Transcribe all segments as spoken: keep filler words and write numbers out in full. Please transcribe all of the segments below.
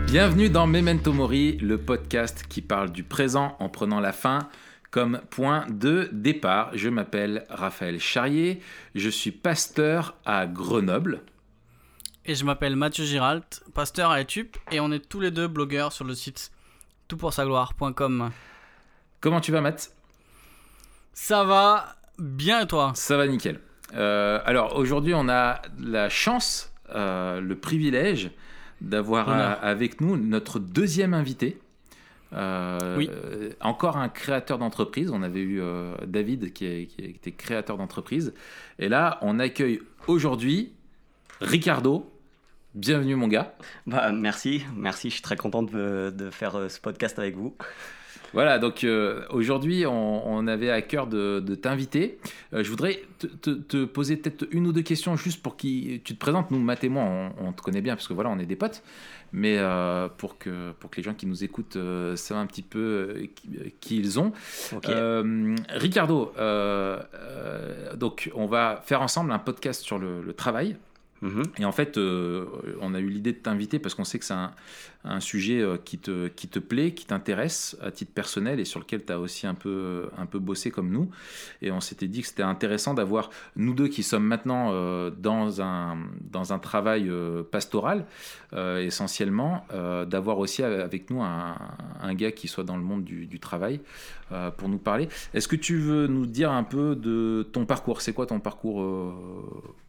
Bienvenue dans Memento Mori, le podcast qui parle du présent en prenant la fin comme point de départ. Je m'appelle Raphaël Charrier, je suis pasteur à Grenoble. Et je m'appelle Mathieu Giralt, pasteur à Etup, et on est tous les deux blogueurs sur le site tout pour sa gloire point com. Comment tu vas, Matt ? Ça va bien et toi ? Ça va nickel. Euh, alors aujourd'hui, on a la chance, euh, le privilège d'avoir à, avec nous notre deuxième invité. Euh, oui. euh, encore un créateur d'entreprise. On avait eu euh, David qui, est, qui était créateur d'entreprise. Et là, on accueille aujourd'hui Ricardo. Bienvenue mon gars. Bah, merci, merci, je suis très content de, de faire euh, ce podcast avec vous. Voilà, donc euh, aujourd'hui, on, on avait à cœur de, de t'inviter. Euh, je voudrais te, te, te poser peut-être une ou deux questions juste pour que tu te présentes. Nous, Matt et moi, on, on te connaît bien parce que voilà, on est des potes. Mais euh, pour, que, pour que les gens qui nous écoutent euh, savent un petit peu euh, qui, qui ils ont. Okay. Euh, Ricardo, euh, euh, donc on va faire ensemble un podcast sur le, le travail. Mmh. Et en fait, euh, on a eu l'idée de t'inviter parce qu'on sait que c'est un, un sujet euh, qui, te, qui te plaît, qui t'intéresse à titre personnel et sur lequel tu as aussi un peu, un peu bossé comme nous. Et on s'était dit que c'était intéressant d'avoir nous deux qui sommes maintenant euh, dans, un, dans un travail euh, pastoral, euh, essentiellement, euh, d'avoir aussi avec nous un, un gars qui soit dans le monde du, du travail euh, pour nous parler. Est-ce que tu veux nous dire un peu de ton parcours ? C'est quoi ton parcours euh, professionnel ?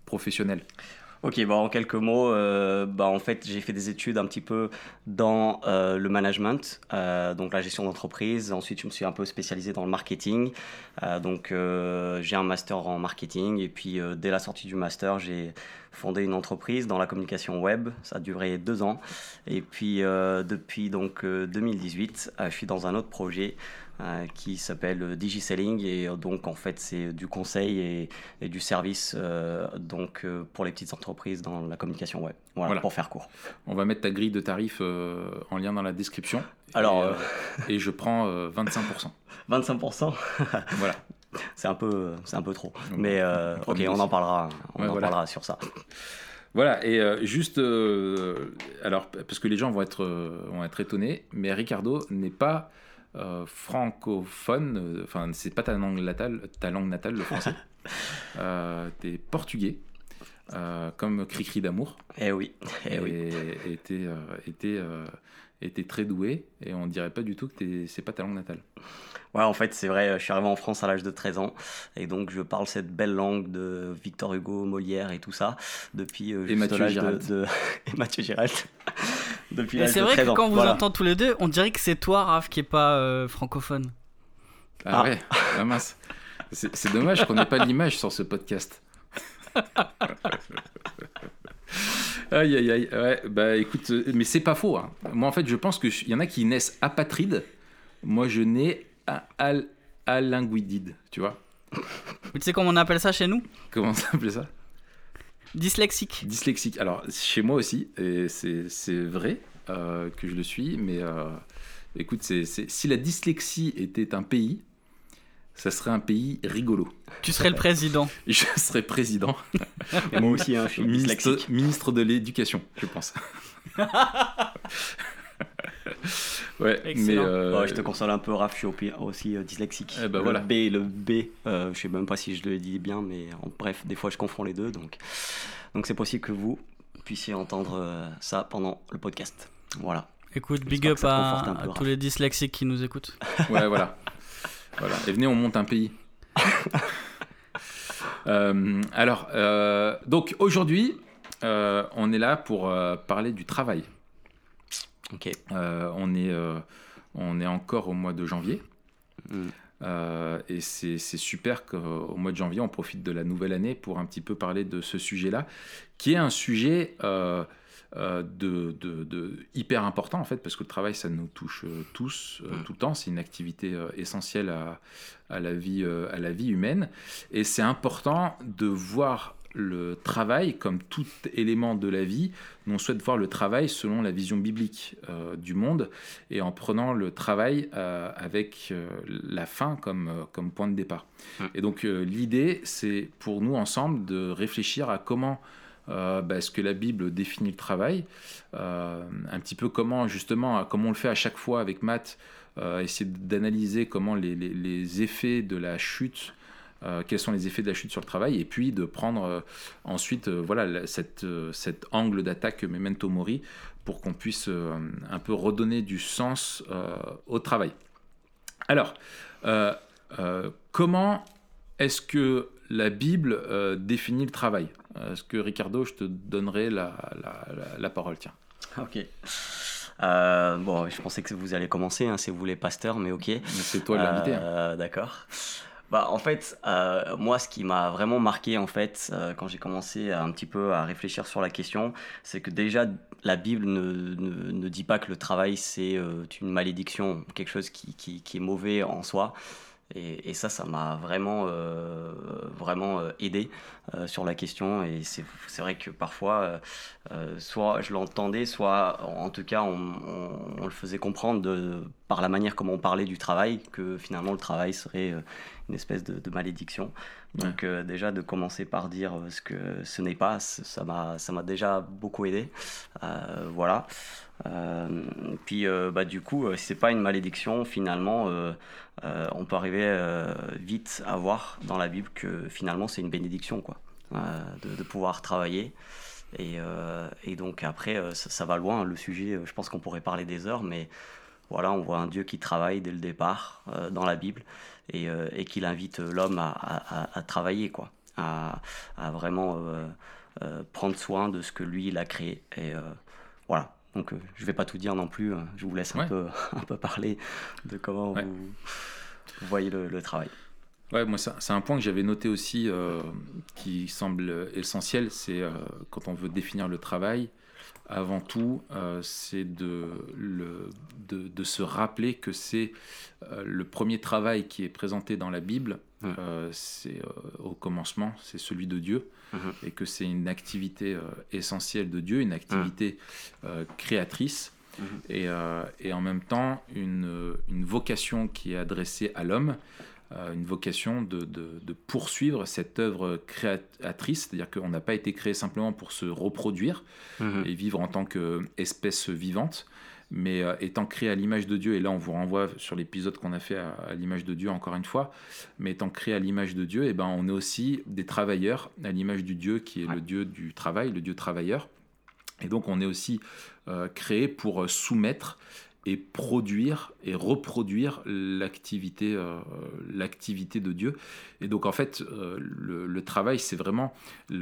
Ok, bon, en quelques mots, euh, bah, en fait, j'ai fait des études un petit peu dans euh, le management, euh, donc la gestion d'entreprise. Ensuite, je me suis un peu spécialisé dans le marketing. Euh, donc, euh, j'ai un master en marketing. Et puis, euh, dès la sortie du master, j'ai fondé une entreprise dans la communication web. Ça a duré deux ans. Et puis, euh, depuis donc, euh, deux mille dix-huit, euh, je suis dans un autre projet Euh, qui s'appelle DigiSelling et euh, donc en fait c'est du conseil et, et du service euh, donc euh, pour les petites entreprises dans la communication web. Voilà, voilà. Pour faire court. On va mettre ta grille de tarifs euh, en lien dans la description. Alors, et, euh... et je prends euh, vingt-cinq pour cent. vingt-cinq pour cent Voilà. C'est un peu, c'est un peu trop. Mais euh, ok, on en parlera, on ouais, en voilà. parlera sur ça. Voilà, et euh, juste, euh, alors, parce que les gens vont être, euh, vont être étonnés, mais Ricardo n'est pas euh, francophone, enfin, euh, c'est pas ta langue natale, ta langue natale, le français. euh, t'es portugais, euh, comme Cricri d'amour. Eh oui, eh et, oui. Et t'es, euh, et t'es, euh, et t'es très doué, et on dirait pas du tout que t'es, c'est pas ta langue natale. Ouais, en fait, c'est vrai, je suis arrivé en France à l'âge de treize ans, et donc je parle cette belle langue de Victor Hugo, Molière et tout ça, depuis euh, juste l'âge de, de... et Mathieu Giralt. Depuis et l'âge c'est de vrai treize que ans. quand vous Voilà. entend tous les deux, on dirait que c'est toi, Raph, qui est pas euh, francophone. Ah, ah. ouais, ah mince. C'est, c'est dommage qu'on n'ait pas l'image sur ce podcast. Aïe, aïe, aïe. Ouais, bah écoute, mais c'est pas faux. Hein. Moi, en fait, je pense qu'il y en a qui naissent apatrides. Moi, je nais al- alinguidide, tu vois. Mais tu sais comment on appelle ça chez nous ? Comment ça s'appelle ça ? Dyslexique. Dyslexique. Alors, chez moi aussi, et c'est, c'est vrai euh, que je le suis, mais euh, écoute, c'est, c'est, si la dyslexie était un pays, ça serait un pays rigolo. Tu serais le président. Je serais président. Et moi aussi, hein, je suis ministre, ministre de l'éducation, je pense. Ouais, excellent. Mais euh... oh, je te console un peu, Raph, je suis aussi euh, dyslexique. Eh ben le voilà. B, le B, euh, je sais même pas si je le dis bien, mais en, bref, des fois je confonds les deux, donc donc c'est possible que vous puissiez entendre euh, ça pendant le podcast. Voilà. Écoute, big up à, peu, à tous les dyslexiques qui nous écoutent. Ouais, voilà. Voilà. Et venez, on monte un pays. euh, alors, euh, donc aujourd'hui, euh, on est là pour euh, parler du travail. Ok. Euh, on est, euh, on est encore au mois de janvier. Mm. Euh, et c'est, c'est super qu'au mois de janvier, on profite de la nouvelle année pour un petit peu parler de ce sujet-là, qui est un sujet euh, euh, de, de, de hyper important, en fait, parce que le travail, ça nous touche euh, tous, euh, mm. tout le temps. C'est une activité euh, essentielle à, à, la vie, euh, à la vie humaine. Et c'est important de voir le travail comme tout élément de la vie. Nous, on souhaite voir le travail selon la vision biblique euh, du monde et en prenant le travail euh, avec euh, la fin comme, euh, comme point de départ. Mmh. Et donc, euh, l'idée, c'est pour nous ensemble de réfléchir à comment euh, bah, est-ce que la Bible définit le travail, euh, un petit peu comment justement, comme on le fait à chaque fois avec Matt, euh, essayer d'analyser comment les, les, les effets de la chute, euh, quels sont les effets de la chute sur le travail, et puis de prendre euh, ensuite euh, voilà, cette, euh, cet angle d'attaque Memento Mori pour qu'on puisse euh, un peu redonner du sens euh, au travail. Alors, euh, euh, comment est-ce que la Bible euh, définit le travail ? Est-ce que Ricardo, je te donnerai la, la, la, la parole, tiens. Ok. Euh, bon, je pensais que vous allez commencer, hein, si vous voulez, pasteur, mais ok. Mais c'est toi l'invité. Euh, hein. D'accord. Bah, en fait, euh, moi, ce qui m'a vraiment marqué, en fait, euh, quand j'ai commencé à, un petit peu à réfléchir sur la question, c'est que déjà, la Bible ne, ne, ne dit pas que le travail, c'est euh, une malédiction, quelque chose qui, qui, qui est mauvais en soi. Et, et ça, ça m'a vraiment, euh, vraiment euh, aidé euh, sur la question. Et c'est, c'est vrai que parfois, euh, soit je l'entendais, soit en tout cas, on, on, on le faisait comprendre de, par la manière comment on parlait du travail, que finalement le travail serait euh, une espèce de, de malédiction. Donc ouais. euh, déjà, de commencer par dire ce que ce n'est pas, ça m'a, ça m'a déjà beaucoup aidé. Euh, voilà. Euh, puis euh, bah, du coup, si c'est pas une malédiction, finalement, euh, euh, on peut arriver euh, vite à voir dans la Bible que finalement c'est une bénédiction, quoi, euh, de, de pouvoir travailler. Et, euh, et donc après, ça, ça va loin, le sujet, je pense qu'on pourrait parler des heures, mais voilà, on voit un Dieu qui travaille dès le départ euh, dans la Bible et, euh, et qui invite l'homme à, à, à travailler, quoi, à, à vraiment euh, euh, prendre soin de ce que lui, il a créé. Et euh, voilà. Donc, euh, je ne vais pas tout dire non plus. Hein. Je vous laisse un, ouais. peu, un peu parler de comment ouais. vous, vous voyez le, le travail. Ouais, moi, ça, c'est un point que j'avais noté aussi euh, qui semble essentiel. C'est euh, quand on veut définir le travail, avant tout, euh, c'est de, le, de, de se rappeler que c'est euh, le premier travail qui est présenté dans la Bible. Mmh. Euh, c'est euh, au commencement, c'est celui de Dieu. Mmh. Et que c'est une activité euh, essentielle de Dieu, une activité euh, créatrice, mmh. et, euh, et en même temps une, une vocation qui est adressée à l'homme, euh, une vocation de, de, de poursuivre cette œuvre créatrice, c'est-à-dire qu'on n'a pas été créé simplement pour se reproduire mmh. et vivre en tant qu'espèce vivante, mais euh, étant créé à l'image de Dieu, et là on vous renvoie sur l'épisode qu'on a fait à, à l'image de Dieu encore une fois, mais étant créé à l'image de Dieu, et ben on est aussi des travailleurs à l'image du Dieu qui est ouais. le Dieu du travail, le Dieu travailleur, et donc on est aussi euh, créé pour soumettre et produire et reproduire l'activité, euh, l'activité de Dieu. Et donc en fait euh, le, le travail c'est vraiment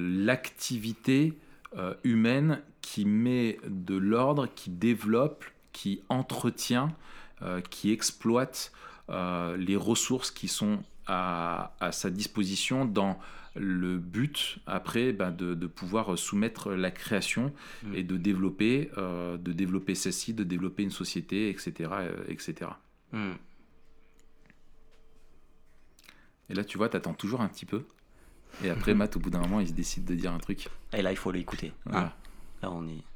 l'activité euh, humaine qui met de l'ordre, qui développe, qui entretient, euh, qui exploite euh, les ressources qui sont à, à sa disposition dans le but, après, ben, de, de pouvoir soumettre la création mmh. et de développer, euh, de développer celle-ci, de développer une société, et cetera euh, et cetera. Mmh. Et là, tu vois, t'attends toujours un petit peu. Et après, Matt, au bout d'un moment, il se décide de dire un truc. Et là, il faut l'écouter. Voilà. Hein. Là, on est...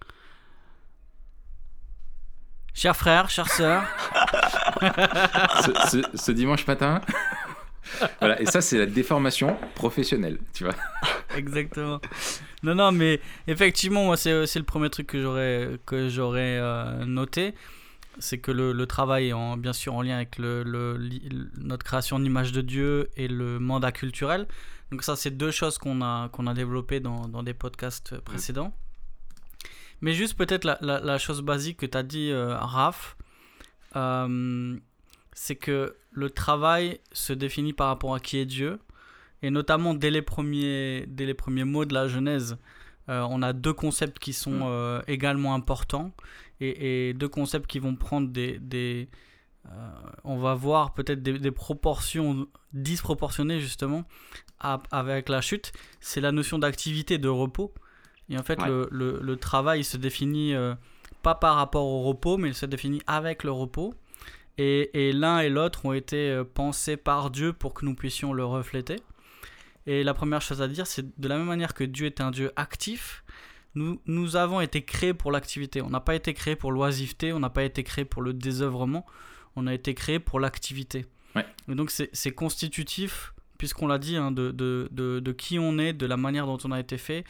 Chers frères, chères sœurs. ce, ce, ce dimanche matin. Voilà, et ça, c'est la déformation professionnelle, tu vois. Exactement. Non, non, mais effectivement, moi, c'est, c'est le premier truc que j'aurais, que j'aurais euh, noté. C'est que le, le travail est en, bien sûr en lien avec le, le, le, notre création d'image de Dieu et le mandat culturel. Donc ça, c'est deux choses qu'on a, qu'on a développées dans, dans des podcasts précédents. Mmh. Mais juste peut-être la, la, la chose basique que tu as dit, euh, Raph, euh, c'est que le travail se définit par rapport à qui est Dieu. Et notamment dès les premiers, dès les premiers mots de la Genèse, euh, on a deux concepts qui sont euh, également importants. Et, et deux concepts qui vont prendre des... des euh, on va voir peut-être des, des proportions disproportionnées justement à, avec la chute. C'est la notion d'activité et de repos. Et en fait, ouais. le, le, le travail se définit euh, pas par rapport au repos, mais il se définit avec le repos. Et, et l'un et l'autre ont été euh, pensés par Dieu pour que nous puissions le refléter. Et la première chose à dire, c'est de la même manière que Dieu est un Dieu actif, nous, nous avons été créés pour l'activité. On n'a pas été créés pour l'oisiveté, on n'a pas été créés pour le désœuvrement, on a été créés pour l'activité. Ouais. Et donc c'est, c'est constitutif, puisqu'on l'a dit, hein, de, de, de, de qui on est, de la manière dont on a été fait.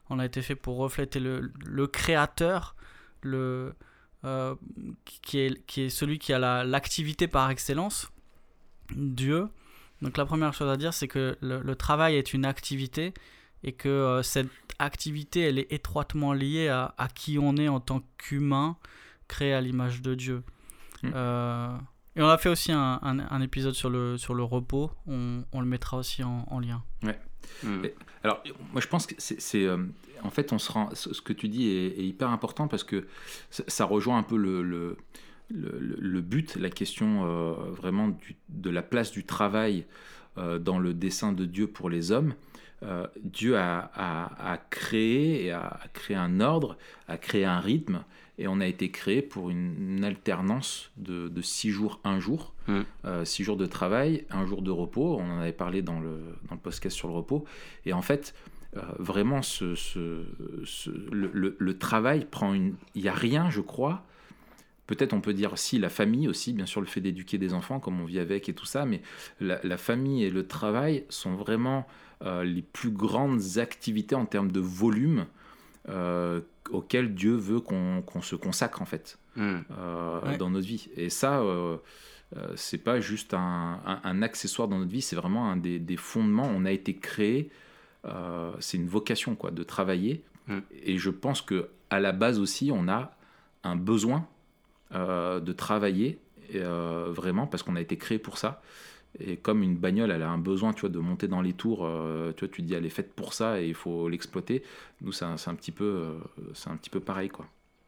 On a été fait pour refléter le, le Créateur, le, euh, qui, est, qui est celui qui a la, l'activité par excellence, Dieu. Donc la première chose à dire, c'est que le, le travail est une activité et que euh, cette activité, elle est étroitement liée à, à qui on est en tant qu'humain créé à l'image de Dieu. Mmh. Euh, et on a fait aussi un, un, un épisode sur le, sur le repos, on, on le mettra aussi en, en lien. Ouais. Mmh. Et, alors, moi je pense que c'est, c'est euh, en fait, on se rend, ce que tu dis est, est hyper important parce que ça, ça rejoint un peu le, le, le, le but, la question euh, vraiment du, de la place du travail euh, dans le dessein de Dieu pour les hommes. Euh, Dieu a, a, a créé et a, a créé un ordre, a créé un rythme, et on a été créé pour une, une alternance de, de six jours, un jour, mmh. euh, six jours de travail, un jour de repos. On en avait parlé dans le, dans le podcast sur le repos. Et en fait, euh, vraiment, ce, ce, ce, le, le, le travail prend une... Il n'y a rien, je crois. Peut-être on peut dire si la famille aussi, bien sûr, le fait d'éduquer des enfants, comme on vit avec et tout ça, mais la, la famille et le travail sont vraiment euh, les plus grandes activités en termes de volume euh, auxquelles Dieu veut qu'on, qu'on se consacre, en fait, mmh. euh, ouais. dans notre vie. Et ça, euh, euh, c'est pas juste un, un, un accessoire dans notre vie, c'est vraiment un des, des fondements. On a été créé, euh, c'est une vocation, quoi, de travailler. Mmh. Et je pense qu'à la base aussi, on a un besoin Euh, de travailler euh, vraiment parce qu'on a été créé pour ça, et comme une bagnole elle a un besoin, tu vois, de monter dans les tours, euh, tu vois, tu te dis elle est faite pour ça et il faut l'exploiter. Nous c'est un, c'est un petit peu euh, c'est un petit peu pareil, quoi.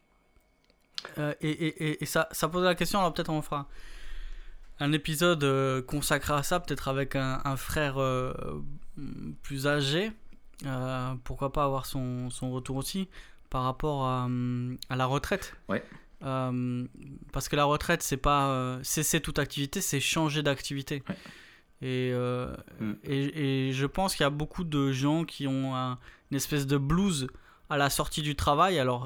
Euh, et, et, et ça, ça pose la question, alors peut-être on fera un épisode euh, consacré à ça, peut-être avec un, un frère euh, plus âgé, euh, pourquoi pas avoir son, son retour aussi par rapport à, à la retraite. Ouais. Euh, parce que la retraite, c'est pas euh, cesser toute activité, c'est changer d'activité. Ouais. Et, euh, mm. et, et je pense qu'il y a beaucoup de gens qui ont un, une espèce de blues à la sortie du travail. Alors,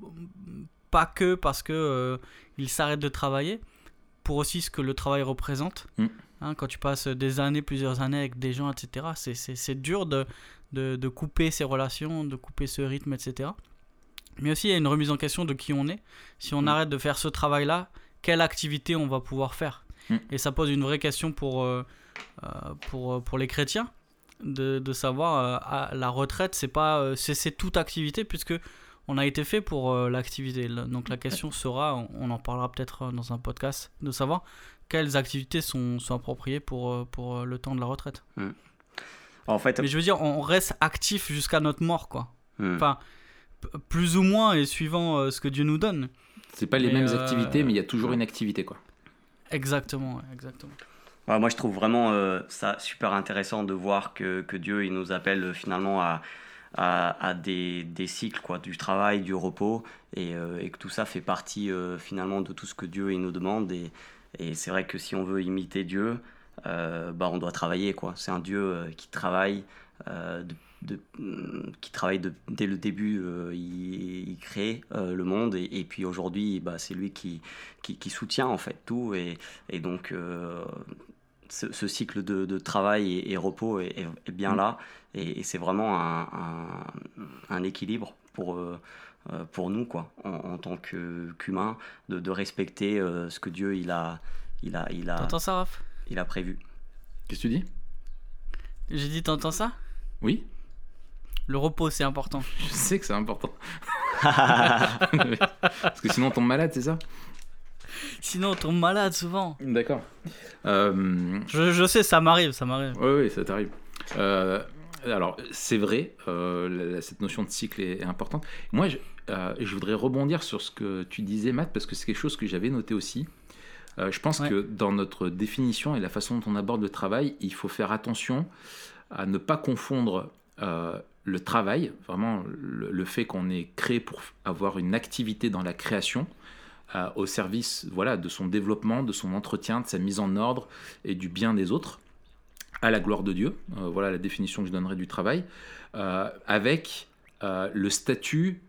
pas que parce qu'ils euh, s'arrêtent de travailler, pour aussi ce que le travail représente. Mm. Hein, quand tu passes des années, plusieurs années avec des gens, et cetera, c'est, c'est, c'est dur de, de, de couper ces relations, de couper ce rythme, et cetera. Mais aussi, il y a une remise en question de qui on est. Si on mmh. arrête de faire ce travail-là, quelle activité on va pouvoir faire ? mmh. Et ça pose une vraie question pour, euh, pour, pour les chrétiens, de, de savoir, euh, à la retraite, c'est pas euh, cesser toute activité, puisque on a été fait pour euh, l'activité. Donc la question sera, on, on en parlera peut-être dans un podcast, de savoir quelles activités sont, sont appropriées pour, pour le temps de la retraite. mmh. En fait, Mais je veux dire, on reste actif jusqu'à notre mort, quoi. mmh. Enfin, plus ou moins, et suivant euh, ce que Dieu nous donne. C'est pas les mais mêmes euh... activités, mais il y a toujours une activité, quoi. Exactement, exactement. Ouais, moi, je trouve vraiment euh, ça super intéressant de voir que, que Dieu, il nous appelle euh, finalement à, à, à des, des cycles, quoi, du travail, du repos, et, euh, et que tout ça fait partie euh, finalement de tout ce que Dieu il nous demande. Et, et c'est vrai que si on veut imiter Dieu, euh, bah, on doit travailler, quoi. C'est un Dieu euh, qui travaille euh, de De, qui travaille de, dès le début, euh, il, il crée euh, le monde, et, et puis aujourd'hui bah, c'est lui qui, qui, qui soutient en fait tout, et, et donc euh, ce, ce cycle de, de travail et, et repos est, est, est bien mmh. là, et, et c'est vraiment un, un, un équilibre pour, euh, pour nous, quoi, en, en tant que, qu'humains, de, de respecter euh, ce que Dieu il a, il a, il a, t'entends ça, Raph ? Il a prévu. Qu'est-ce que tu dis ? J'ai dit, t'entends ça ? Oui. Le repos, c'est important. Je sais que c'est important. Parce que sinon on tombe malade, c'est ça ? Sinon on tombe malade souvent. D'accord. Euh... Je, je sais, ça m'arrive, ça m'arrive. Oui, oui, ça t'arrive. Euh, alors, c'est vrai, euh, cette notion de cycle est, est importante. Moi, je, euh, je voudrais rebondir sur ce que tu disais, Matt, parce que c'est quelque chose que j'avais noté aussi. Euh, je pense ouais. que dans notre définition et la façon dont on aborde le travail, il faut faire attention à ne pas confondre euh, le travail, vraiment le, le fait qu'on est créé pour avoir une activité dans la création, euh, au service voilà, de son développement, de son entretien, de sa mise en ordre et du bien des autres, à la gloire de Dieu. Euh, voilà la définition que je donnerais du travail, euh, avec euh, le statut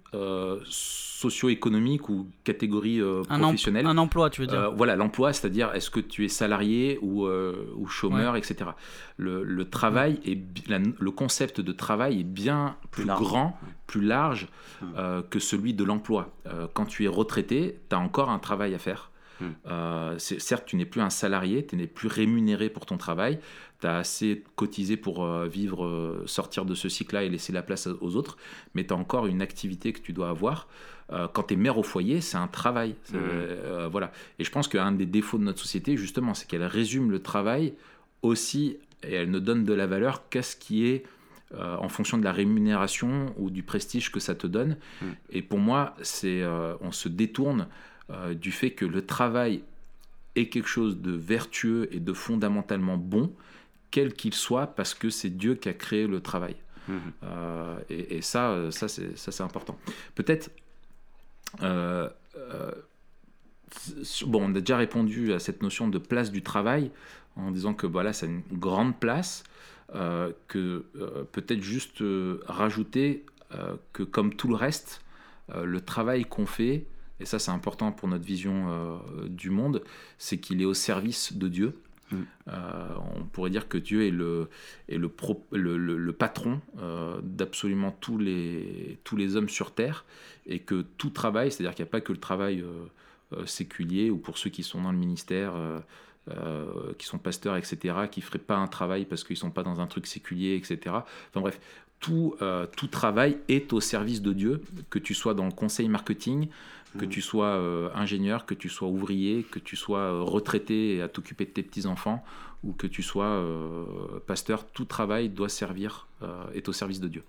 euh, socio-économique ou catégorie euh, un professionnelle. Em- un emploi, tu veux dire. Euh, voilà, l'emploi, c'est-à-dire est-ce que tu es salarié ou, euh, ou chômeur, Ouais. et cetera. Le, le travail est bi- la- le concept de travail est bien plus, Plus large. grand, plus large Mm. euh, que celui de l'emploi. Euh, quand tu es retraité, tu as encore un travail à faire. Mm. Euh, c'est- certes, tu n'es plus un salarié, tu n'es plus rémunéré pour ton travail, tu as assez cotisé pour euh, vivre, euh, sortir de ce cycle-là et laisser la place aux autres, mais tu as encore une activité que tu dois avoir. Euh, quand tu es mère au foyer, c'est un travail. C'est, Mmh. euh, voilà. Et je pense qu'un des défauts de notre société, justement, c'est qu'elle résume le travail aussi, et elle ne donne de la valeur qu'à ce qui est euh, en fonction de la rémunération ou du prestige que ça te donne. Mmh. Et pour moi, c'est, euh, on se détourne euh, du fait que le travail est quelque chose de vertueux et de fondamentalement bon, quel qu'il soit, parce que c'est Dieu qui a créé le travail. Mmh. Euh, et, et ça, ça c'est, ça, c'est important. Peut-être... Euh, euh, bon, on a déjà répondu à cette notion de place du travail en disant que voilà, c'est une grande place, euh, que euh, peut-être juste euh, rajouter euh, que comme tout le reste, euh, le travail qu'on fait, et ça c'est important pour notre vision euh, du monde, c'est qu'il est au service de Dieu. Mmh. Euh, on pourrait dire que Dieu est le, est le, pro, le, le, le patron euh, d'absolument tous les, tous les hommes sur Terre, et que tout travail, c'est-à-dire qu'il n'y a pas que le travail euh, euh, séculier, ou pour ceux qui sont dans le ministère, euh, euh, qui sont pasteurs, et cetera, qui ne feraient pas un travail parce qu'ils ne sont pas dans un truc séculier, et cetera. Enfin bref, tout, euh, tout travail est au service de Dieu, que tu sois dans le conseil marketing, que tu sois euh, ingénieur, que tu sois ouvrier, que tu sois euh, retraité et à t'occuper de tes petits-enfants, ou que tu sois euh, pasteur, tout travail doit servir, euh, est au service de Dieu.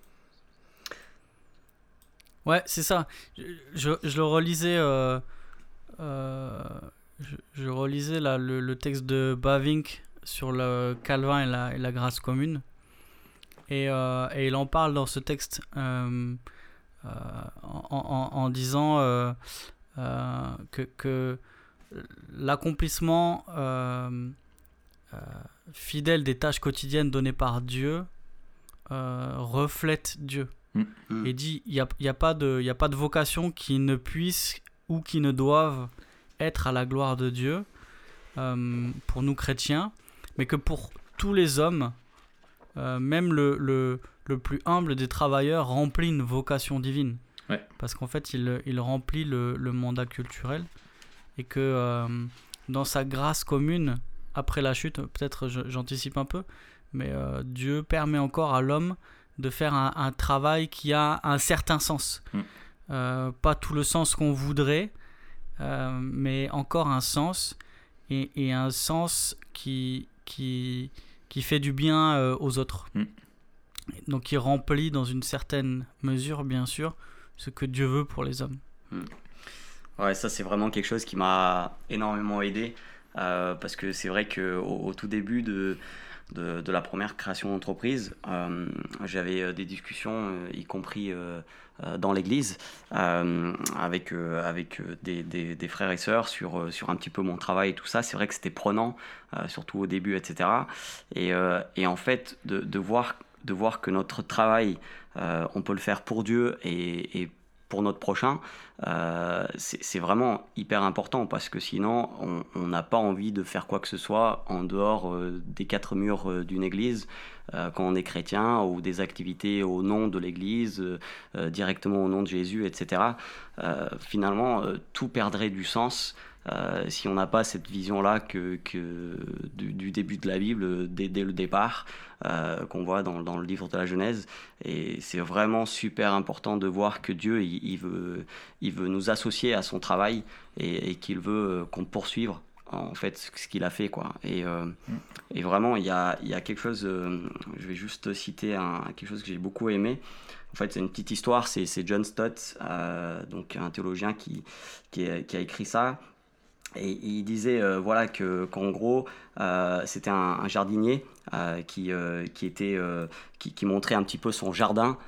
Ouais, c'est ça. Je, je, je le relisais, euh, euh, je, je relisais là, le, le texte de Bavinck sur le Calvin et la, et la grâce commune. Et, euh, et il en parle dans ce texte euh, euh, en, en, en disant euh, euh, que, que l'accomplissement euh, euh, fidèle des tâches quotidiennes données par Dieu euh, reflète Dieu. Mmh. Et dit il n'y a, y a, pas de, y a pas de vocation qui ne puisse ou qui ne doive être à la gloire de Dieu euh, pour nous chrétiens, mais que pour tous les hommes, euh, même le, le, le plus humble des travailleurs remplit une vocation divine. Ouais. Parce qu'en fait, il, il remplit le, le mandat culturel, et que euh, dans sa grâce commune, après la chute, peut-être j'anticipe un peu, mais euh, Dieu permet encore à l'homme de faire un, un travail qui a un certain sens. Mmh. Euh, pas tout le sens qu'on voudrait, euh, mais encore un sens, et, et un sens qui, qui, qui fait du bien euh, aux autres. Mmh. Donc qui remplit dans une certaine mesure, bien sûr, ce que Dieu veut pour les hommes. Mmh. Ouais, ça c'est vraiment quelque chose qui m'a énormément aidé, euh, parce que c'est vrai qu'au au tout début de... De, de la première création d'entreprise, euh, j'avais des discussions, euh, y compris euh, dans l'église, euh, avec, euh, avec des, des, des frères et sœurs sur, sur un petit peu mon travail et tout ça. C'est vrai que c'était prenant, euh, surtout au début, et cetera. Et, euh, et en fait, de, de, voir, de voir que notre travail, euh, on peut le faire pour Dieu et, et pour notre prochain, euh, c'est, c'est vraiment hyper important, parce que sinon on n'a pas envie de faire quoi que ce soit en dehors euh, des quatre murs euh, d'une église euh, quand on est chrétien, ou des activités au nom de l'église, euh, directement au nom de Jésus, et cetera. Euh, finalement, euh, tout perdrait du sens Euh, si on n'a pas cette vision-là que, que du, du début de la Bible, dès, dès le départ, euh, qu'on voit dans, dans le livre de la Genèse. Et c'est vraiment super important de voir que Dieu, il, il, veut, il veut nous associer à son travail, et, et qu'il veut qu'on poursuive en fait ce qu'il a fait, quoi. Et, euh, mmh. et vraiment, il y a, il y a quelque chose, euh, je vais juste citer un, quelque chose que j'ai beaucoup aimé. En fait, c'est une petite histoire, c'est, c'est John Stott, euh, donc un théologien qui, qui, a, qui a écrit ça. Et il disait euh, voilà, que, qu'en gros, euh, c'était un, un jardinier euh, qui, euh, qui, était, euh, qui, qui montrait un petit peu son jardin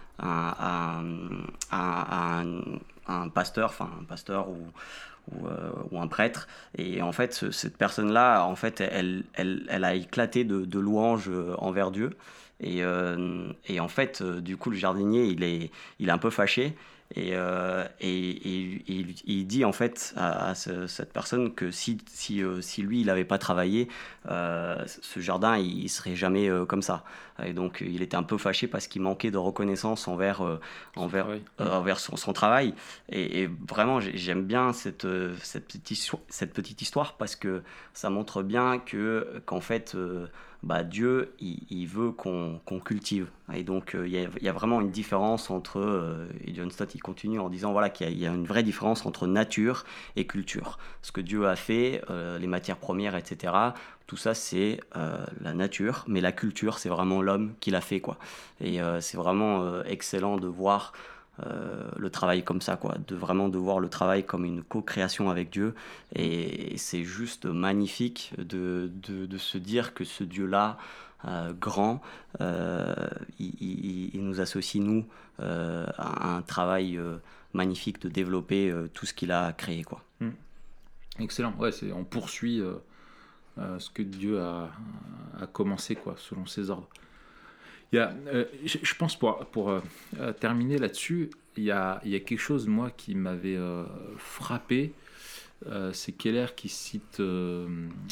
à, à, à, un, à un pasteur, enfin un pasteur ou, ou, euh, ou un prêtre. Et en fait, ce, cette personne-là, en fait, elle, elle, elle a éclaté de, de louanges envers Dieu. Et, euh, et en fait, du coup, le jardinier, il est, il est un peu fâché. Et, euh, et, et, et il, il dit en fait à, à ce, cette personne que si, si, euh, si lui il n'avait pas travaillé, euh, ce jardin il ne serait jamais euh, comme ça. Et donc il était un peu fâché parce qu'il manquait de reconnaissance envers, euh, envers, euh, envers son, son travail. Et, et vraiment j'aime bien cette, cette, petite histoire, cette petite histoire parce que ça montre bien que, qu'en fait euh, bah, Dieu, il, il veut qu'on, qu'on cultive. Et donc, il euh, y, y a vraiment une différence entre... Euh, et John Stott, il continue en disant voilà, qu'il y a, y a une vraie différence entre nature et culture. Ce que Dieu a fait, euh, les matières premières, et cetera, tout ça, c'est euh, la nature. Mais la culture, c'est vraiment l'homme qui l'a fait, quoi. Et euh, c'est vraiment euh, excellent de voir... Euh, le travail comme ça, quoi, de vraiment de voir le travail comme une co-création avec Dieu, et, et c'est juste magnifique de, de, de se dire que ce Dieu-là, euh, grand, euh, il, il, il nous associe, nous, euh, à un travail euh, magnifique de développer euh, tout ce qu'il a créé, quoi. Mmh. Excellent, ouais, c'est, on poursuit euh, euh, ce que Dieu a, a commencé, quoi, selon ses ordres. Il y a, euh, je, je pense pour, pour euh, terminer là-dessus, il y, a, il y a quelque chose, moi, qui m'avait euh, frappé. Euh, c'est Keller qui cite euh,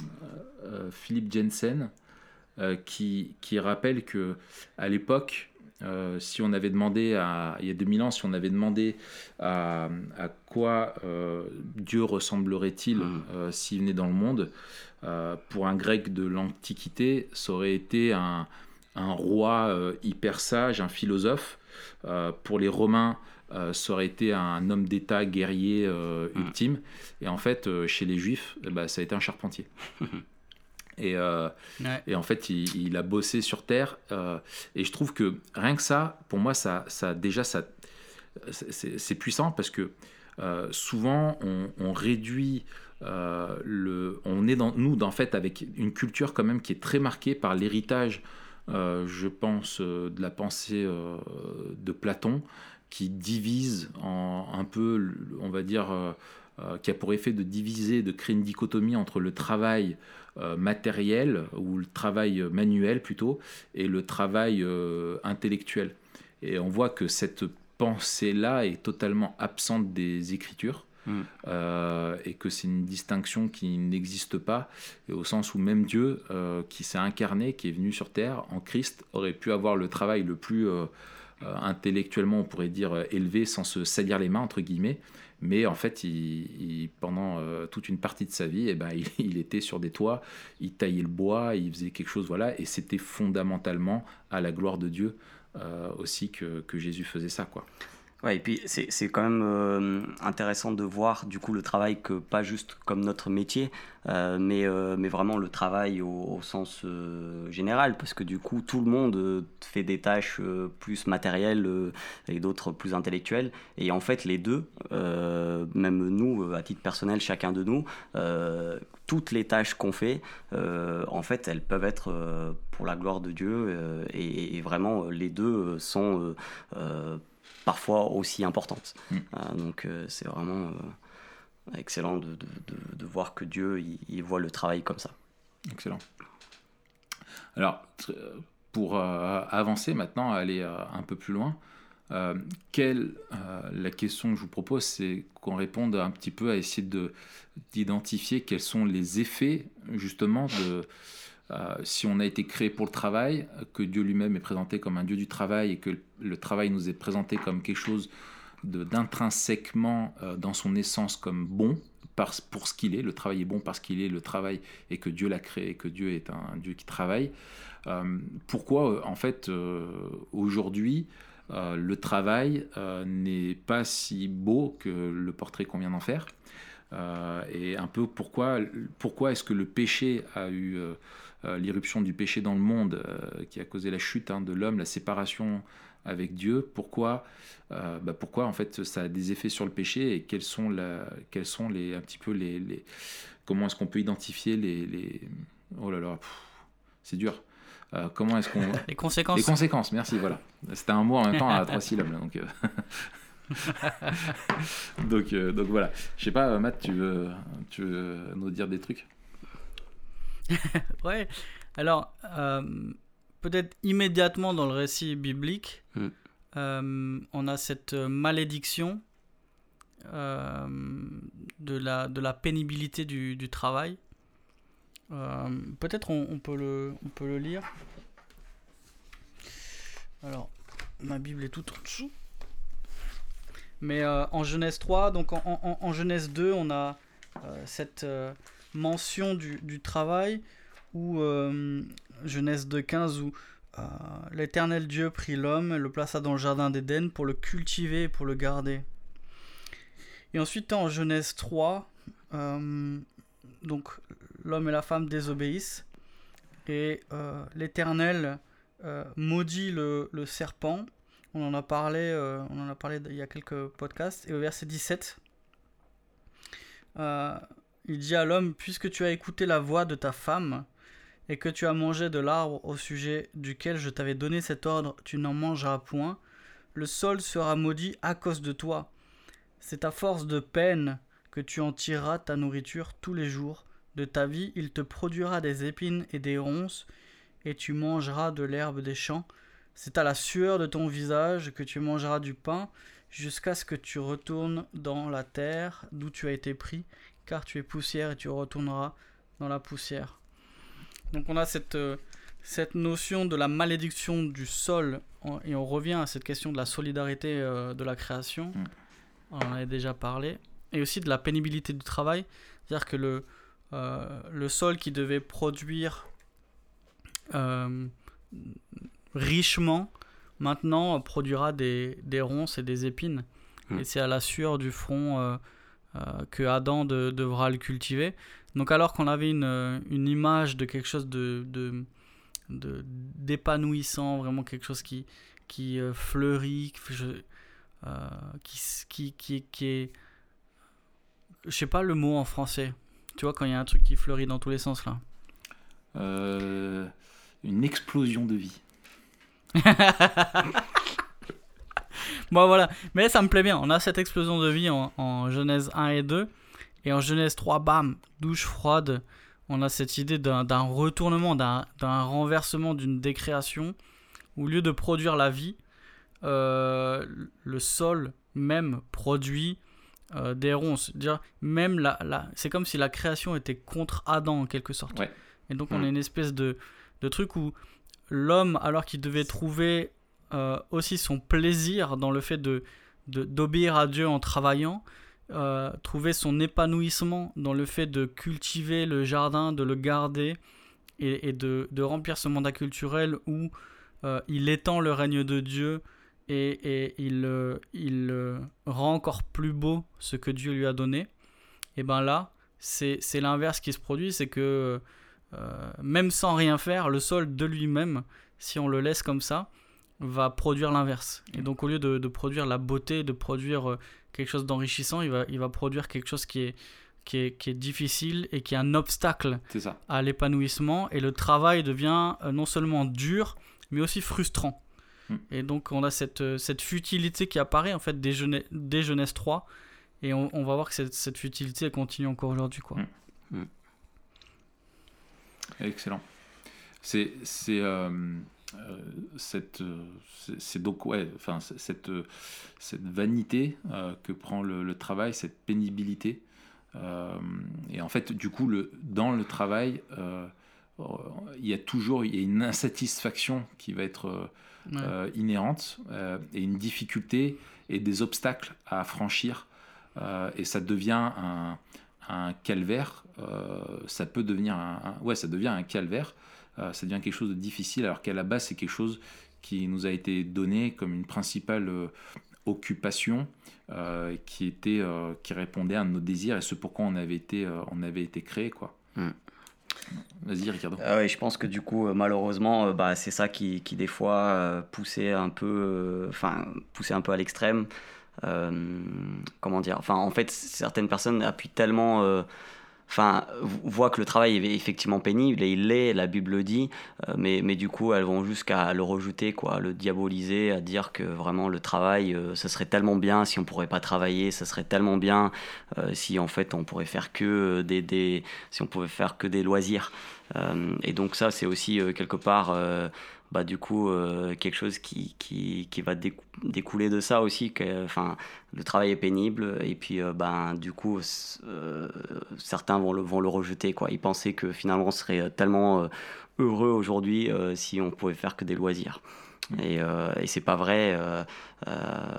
euh, Philip Jensen, euh, qui, qui rappelle qu'à l'époque, euh, si on avait demandé, à, il y a deux mille ans, si on avait demandé à, à quoi euh, Dieu ressemblerait-il euh, s'il venait dans le monde, euh, pour un grec de l'Antiquité, ça aurait été un... un roi euh, hyper sage, un philosophe. Euh, pour les Romains, euh, ça aurait été un homme d'État guerrier euh, ultime. Et en fait, euh, chez les Juifs, eh ben, ça a été un charpentier. et, euh, ouais. et en fait, il, il a bossé sur Terre. Euh, et je trouve que rien que ça, pour moi, ça, ça, déjà, ça, c'est, c'est puissant parce que euh, souvent, on, on réduit... Euh, le, on est, dans, nous, en fait, avec une culture quand même qui est très marquée par l'héritage. Euh, je pense euh, de la pensée euh, de Platon qui divise en un peu, on va dire, euh, euh, qui a pour effet de diviser, de créer une dichotomie entre le travail euh, matériel ou le travail manuel plutôt et le travail euh, intellectuel. Et on voit que cette pensée-là est totalement absente des Écritures. Mmh. Euh, et que c'est une distinction qui n'existe pas, et au sens où même Dieu euh, qui s'est incarné, qui est venu sur terre en Christ, aurait pu avoir le travail le plus euh, euh, intellectuellement, on pourrait dire, euh, élevé sans se salir les mains entre guillemets, mais en fait il, il, pendant euh, toute une partie de sa vie, eh ben, il, il était sur des toits, il taillait le bois, il faisait quelque chose, voilà, et c'était fondamentalement à la gloire de Dieu euh, aussi que, que Jésus faisait ça, quoi. Ouais, et puis c'est, c'est quand même euh, intéressant de voir du coup le travail que pas juste comme notre métier, euh, mais, euh, mais vraiment le travail au, au sens euh, général, parce que du coup tout le monde euh, fait des tâches euh, plus matérielles euh, et d'autres plus intellectuelles, et en fait les deux, euh, même nous à titre personnel, chacun de nous, euh, toutes les tâches qu'on fait, euh, en fait elles peuvent être euh, pour la gloire de Dieu, euh, et, et vraiment les deux sont euh, euh, parfois aussi importantes. Mmh. Euh, donc euh, c'est vraiment euh, excellent de, de, de, de voir que Dieu il, il voit le travail comme ça. Excellent. Alors, pour euh, avancer maintenant, aller euh, un peu plus loin, euh, quelle, euh, la question que je vous propose, c'est qu'on réponde un petit peu à essayer de, d'identifier quels sont les effets justement de... Euh, si on a été créé pour le travail, que Dieu lui-même est présenté comme un Dieu du travail et que le travail nous est présenté comme quelque chose de, d'intrinsèquement euh, dans son essence comme bon par, pour ce qu'il est, le travail est bon parce qu'il est le travail et que Dieu l'a créé, que Dieu est un Dieu qui travaille. Euh, pourquoi en fait euh, aujourd'hui euh, le travail euh, n'est pas si beau que le portrait qu'on vient d'en faire, euh, et un peu pourquoi, pourquoi est-ce que le péché a eu euh, Euh, l'irruption du péché dans le monde euh, qui a causé la chute hein, de l'homme, la séparation avec Dieu, pourquoi, euh, bah pourquoi en fait ça a des effets sur le péché et quels sont, la, quels sont les, un petit peu les, les comment est-ce qu'on peut identifier les, les oh là là, pff, c'est dur. Euh, comment est-ce qu'on les conséquences les conséquences, merci, voilà. C'était un mot en même temps à trois syllabes là, donc euh... donc, euh, donc voilà. Je sais pas, Matt, tu veux, tu veux nous dire des trucs? Ouais, alors euh, peut-être immédiatement dans le récit biblique, mm. euh, on a cette malédiction euh, de, la, de la pénibilité du, du travail. Euh, peut-être on, on, peut le, on peut le lire. Alors, ma Bible est toute en dessous. Mais euh, en Genèse trois, donc en, en, en Genèse deux, on a euh, cette euh, mention du, du travail, où euh, Genèse deux quinze, où euh, l'Éternel Dieu prit l'homme, le plaça dans le jardin d'Éden pour le cultiver et pour le garder. Et ensuite en Genèse trois, euh, donc l'homme et la femme désobéissent, et euh, l'Éternel euh, maudit le, le serpent. On en a parlé, euh, on en a parlé il y a quelques podcasts. Et au verset dix-sept, euh, il dit à l'homme: puisque tu as écouté la voix de ta femme et que tu as mangé de l'arbre au sujet duquel je t'avais donné cet ordre, tu n'en mangeras point. Le sol sera maudit à cause de toi. C'est à force de peine que tu en tireras ta nourriture tous les jours de ta vie. Il te produira des épines et des ronces, et tu mangeras de l'herbe des champs. C'est à la sueur de ton visage que tu mangeras du pain, jusqu'à ce que tu retournes dans la terre d'où tu as été pris, car tu es poussière et tu retourneras dans la poussière. Donc on a cette, euh, cette notion de la malédiction du sol, et on revient à cette question de la solidarité euh, de la création. Mmh. On en avait déjà parlé. Et aussi de la pénibilité du travail, c'est-à-dire que le, euh, le sol qui devait produire euh, richement, maintenant produira des, des ronces et des épines. Mmh. Et c'est à la sueur du front euh, euh, que Adam de, devra le cultiver. Donc alors qu'on avait une, une image de quelque chose de, de, de, d'épanouissant, vraiment quelque chose qui, qui euh, fleurit, je, euh, qui, qui, qui, qui est... Je sais pas le mot en français. Tu vois, quand il y a un truc qui fleurit dans tous les sens, là. Euh, une explosion de vie. Bon, voilà. Mais ça me plaît bien. On a cette explosion de vie en, en Genèse un et deux. Et en Genèse trois, bam, douche froide. On a cette idée d'un, d'un retournement, d'un, d'un renversement, d'une décréation. Où au lieu de produire la vie, euh, le sol même produit euh, des ronces. Dire, même la, la, c'est comme si la création était contre Adam en quelque sorte. Ouais. Et donc mmh. on a une espèce de, de truc où l'homme, alors qu'il devait trouver euh, aussi son plaisir dans le fait de, de, d'obéir à Dieu en travaillant, euh, trouver son épanouissement dans le fait de cultiver le jardin, de le garder et, et de, de remplir ce mandat culturel où euh, il étend le règne de Dieu et, et il, euh, il euh, rend encore plus beau ce que Dieu lui a donné. Et bien là, c'est, c'est l'inverse qui se produit, c'est que Euh, même sans rien faire, le sol de lui-même, si on le laisse comme ça, va produire l'inverse. Et donc au lieu de, de produire la beauté, de produire euh, quelque chose d'enrichissant, il va, il va produire quelque chose qui est, qui, est, qui est difficile et qui est un obstacle C'est ça. à l'épanouissement. Et le travail devient euh, non seulement dur, mais aussi frustrant. Mm. Et donc on a cette, cette futilité qui apparaît en fait dès Genèse, dès Genèse trois. Et on, on va voir que cette, cette futilité elle continue encore aujourd'hui, quoi. Mm. Mm. Excellent. C'est, c'est, euh, euh, cette, c'est, c'est donc, ouais, enfin, cette, cette vanité euh, que prend le, le travail, cette pénibilité. Euh, et en fait, du coup, le, dans le travail, euh, il y a toujours il y a une insatisfaction qui va être euh, ouais. euh, inhérente euh, et une difficulté et des obstacles à franchir. Euh, et ça devient un. un calvaire, euh, ça peut devenir un, un, ouais, ça devient un calvaire, euh, ça devient quelque chose de difficile, alors qu'à la base, c'est quelque chose qui nous a été donné comme une principale euh, occupation, euh, qui, était, euh, qui répondait à nos désirs et ce pourquoi on avait été, euh, on avait été créé, quoi. Mm. Vas-y, Ricardo. Ah oui, je pense que du coup, malheureusement, euh, bah, c'est ça qui, qui des fois euh, poussait un peu, enfin, euh, poussait un peu à l'extrême. Euh, comment dire, enfin en fait certaines personnes appuient tellement euh, enfin voient que le travail est effectivement pénible et il l'est, la Bible le dit, euh, mais, mais du coup elles vont jusqu'à le rejeter, quoi, à le diaboliser, à dire que vraiment le travail euh, ça serait tellement bien si on pourrait pas travailler, ça serait tellement bien euh, si en fait on pourrait faire que des, des si on pouvait faire que des loisirs. Euh, et donc ça c'est aussi euh, quelque part euh, bah, du coup, euh, quelque chose qui, qui, qui va décou- découler de ça aussi. Que, enfin, le travail est pénible et puis, euh, ben, du coup, euh, certains vont le, vont le rejeter, quoi. Ils pensaient que finalement, on serait tellement euh, heureux aujourd'hui euh, si on pouvait faire que des loisirs. Et, euh, et c'est pas vrai. Euh, euh,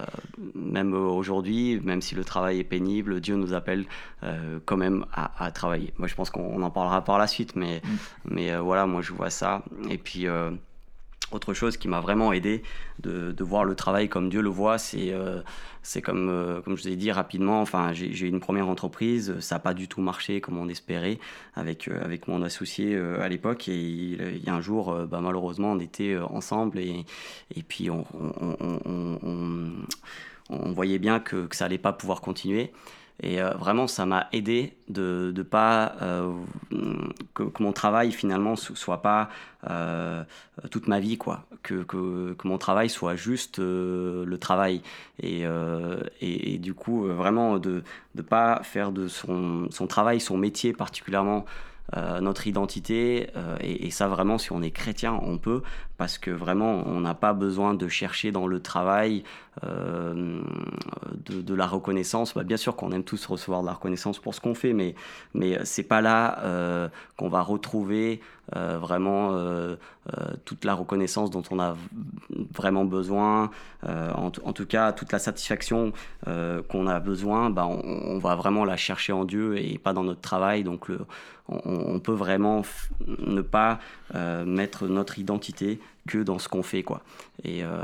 même aujourd'hui, même si le travail est pénible, Dieu nous appelle euh, quand même à, à travailler. Moi, je pense qu'on en parlera par la suite, mais, mm. mais euh, voilà, moi, je vois ça. Et puis. Euh, Autre chose qui m'a vraiment aidé de, de voir le travail comme Dieu le voit, c'est, euh, c'est comme, euh, comme je vous ai dit rapidement, enfin, j'ai, j'ai eu une première entreprise, ça n'a pas du tout marché comme on espérait avec, euh, avec mon associé euh, à l'époque. Et il, il y a un jour, euh, bah, malheureusement, on était euh, ensemble et, et puis on, on, on, on, on, on voyait bien que, que ça n'allait pas pouvoir continuer. Et euh, vraiment, ça m'a aidé de ne pas euh, que, que mon travail finalement soit pas euh, toute ma vie, quoi. Que, que, que mon travail soit juste euh, le travail. Et, euh, et, et du coup, vraiment de ne pas faire de son, son travail, son métier particulièrement. Euh, notre identité euh, et, et ça vraiment si on est chrétien on peut parce que vraiment on n'a pas besoin de chercher dans le travail euh, de, de la reconnaissance. Bah, bien sûr qu'on aime tous recevoir de la reconnaissance pour ce qu'on fait mais, mais c'est pas là euh, qu'on va retrouver euh, vraiment euh, euh, toute la reconnaissance dont on a vraiment besoin euh, en, t- en tout cas toute la satisfaction euh, qu'on a besoin bah, on, on va vraiment la chercher en Dieu et pas dans notre travail donc le on, on peut vraiment f- ne pas euh, mettre notre identité que dans ce qu'on fait, quoi. Et, euh,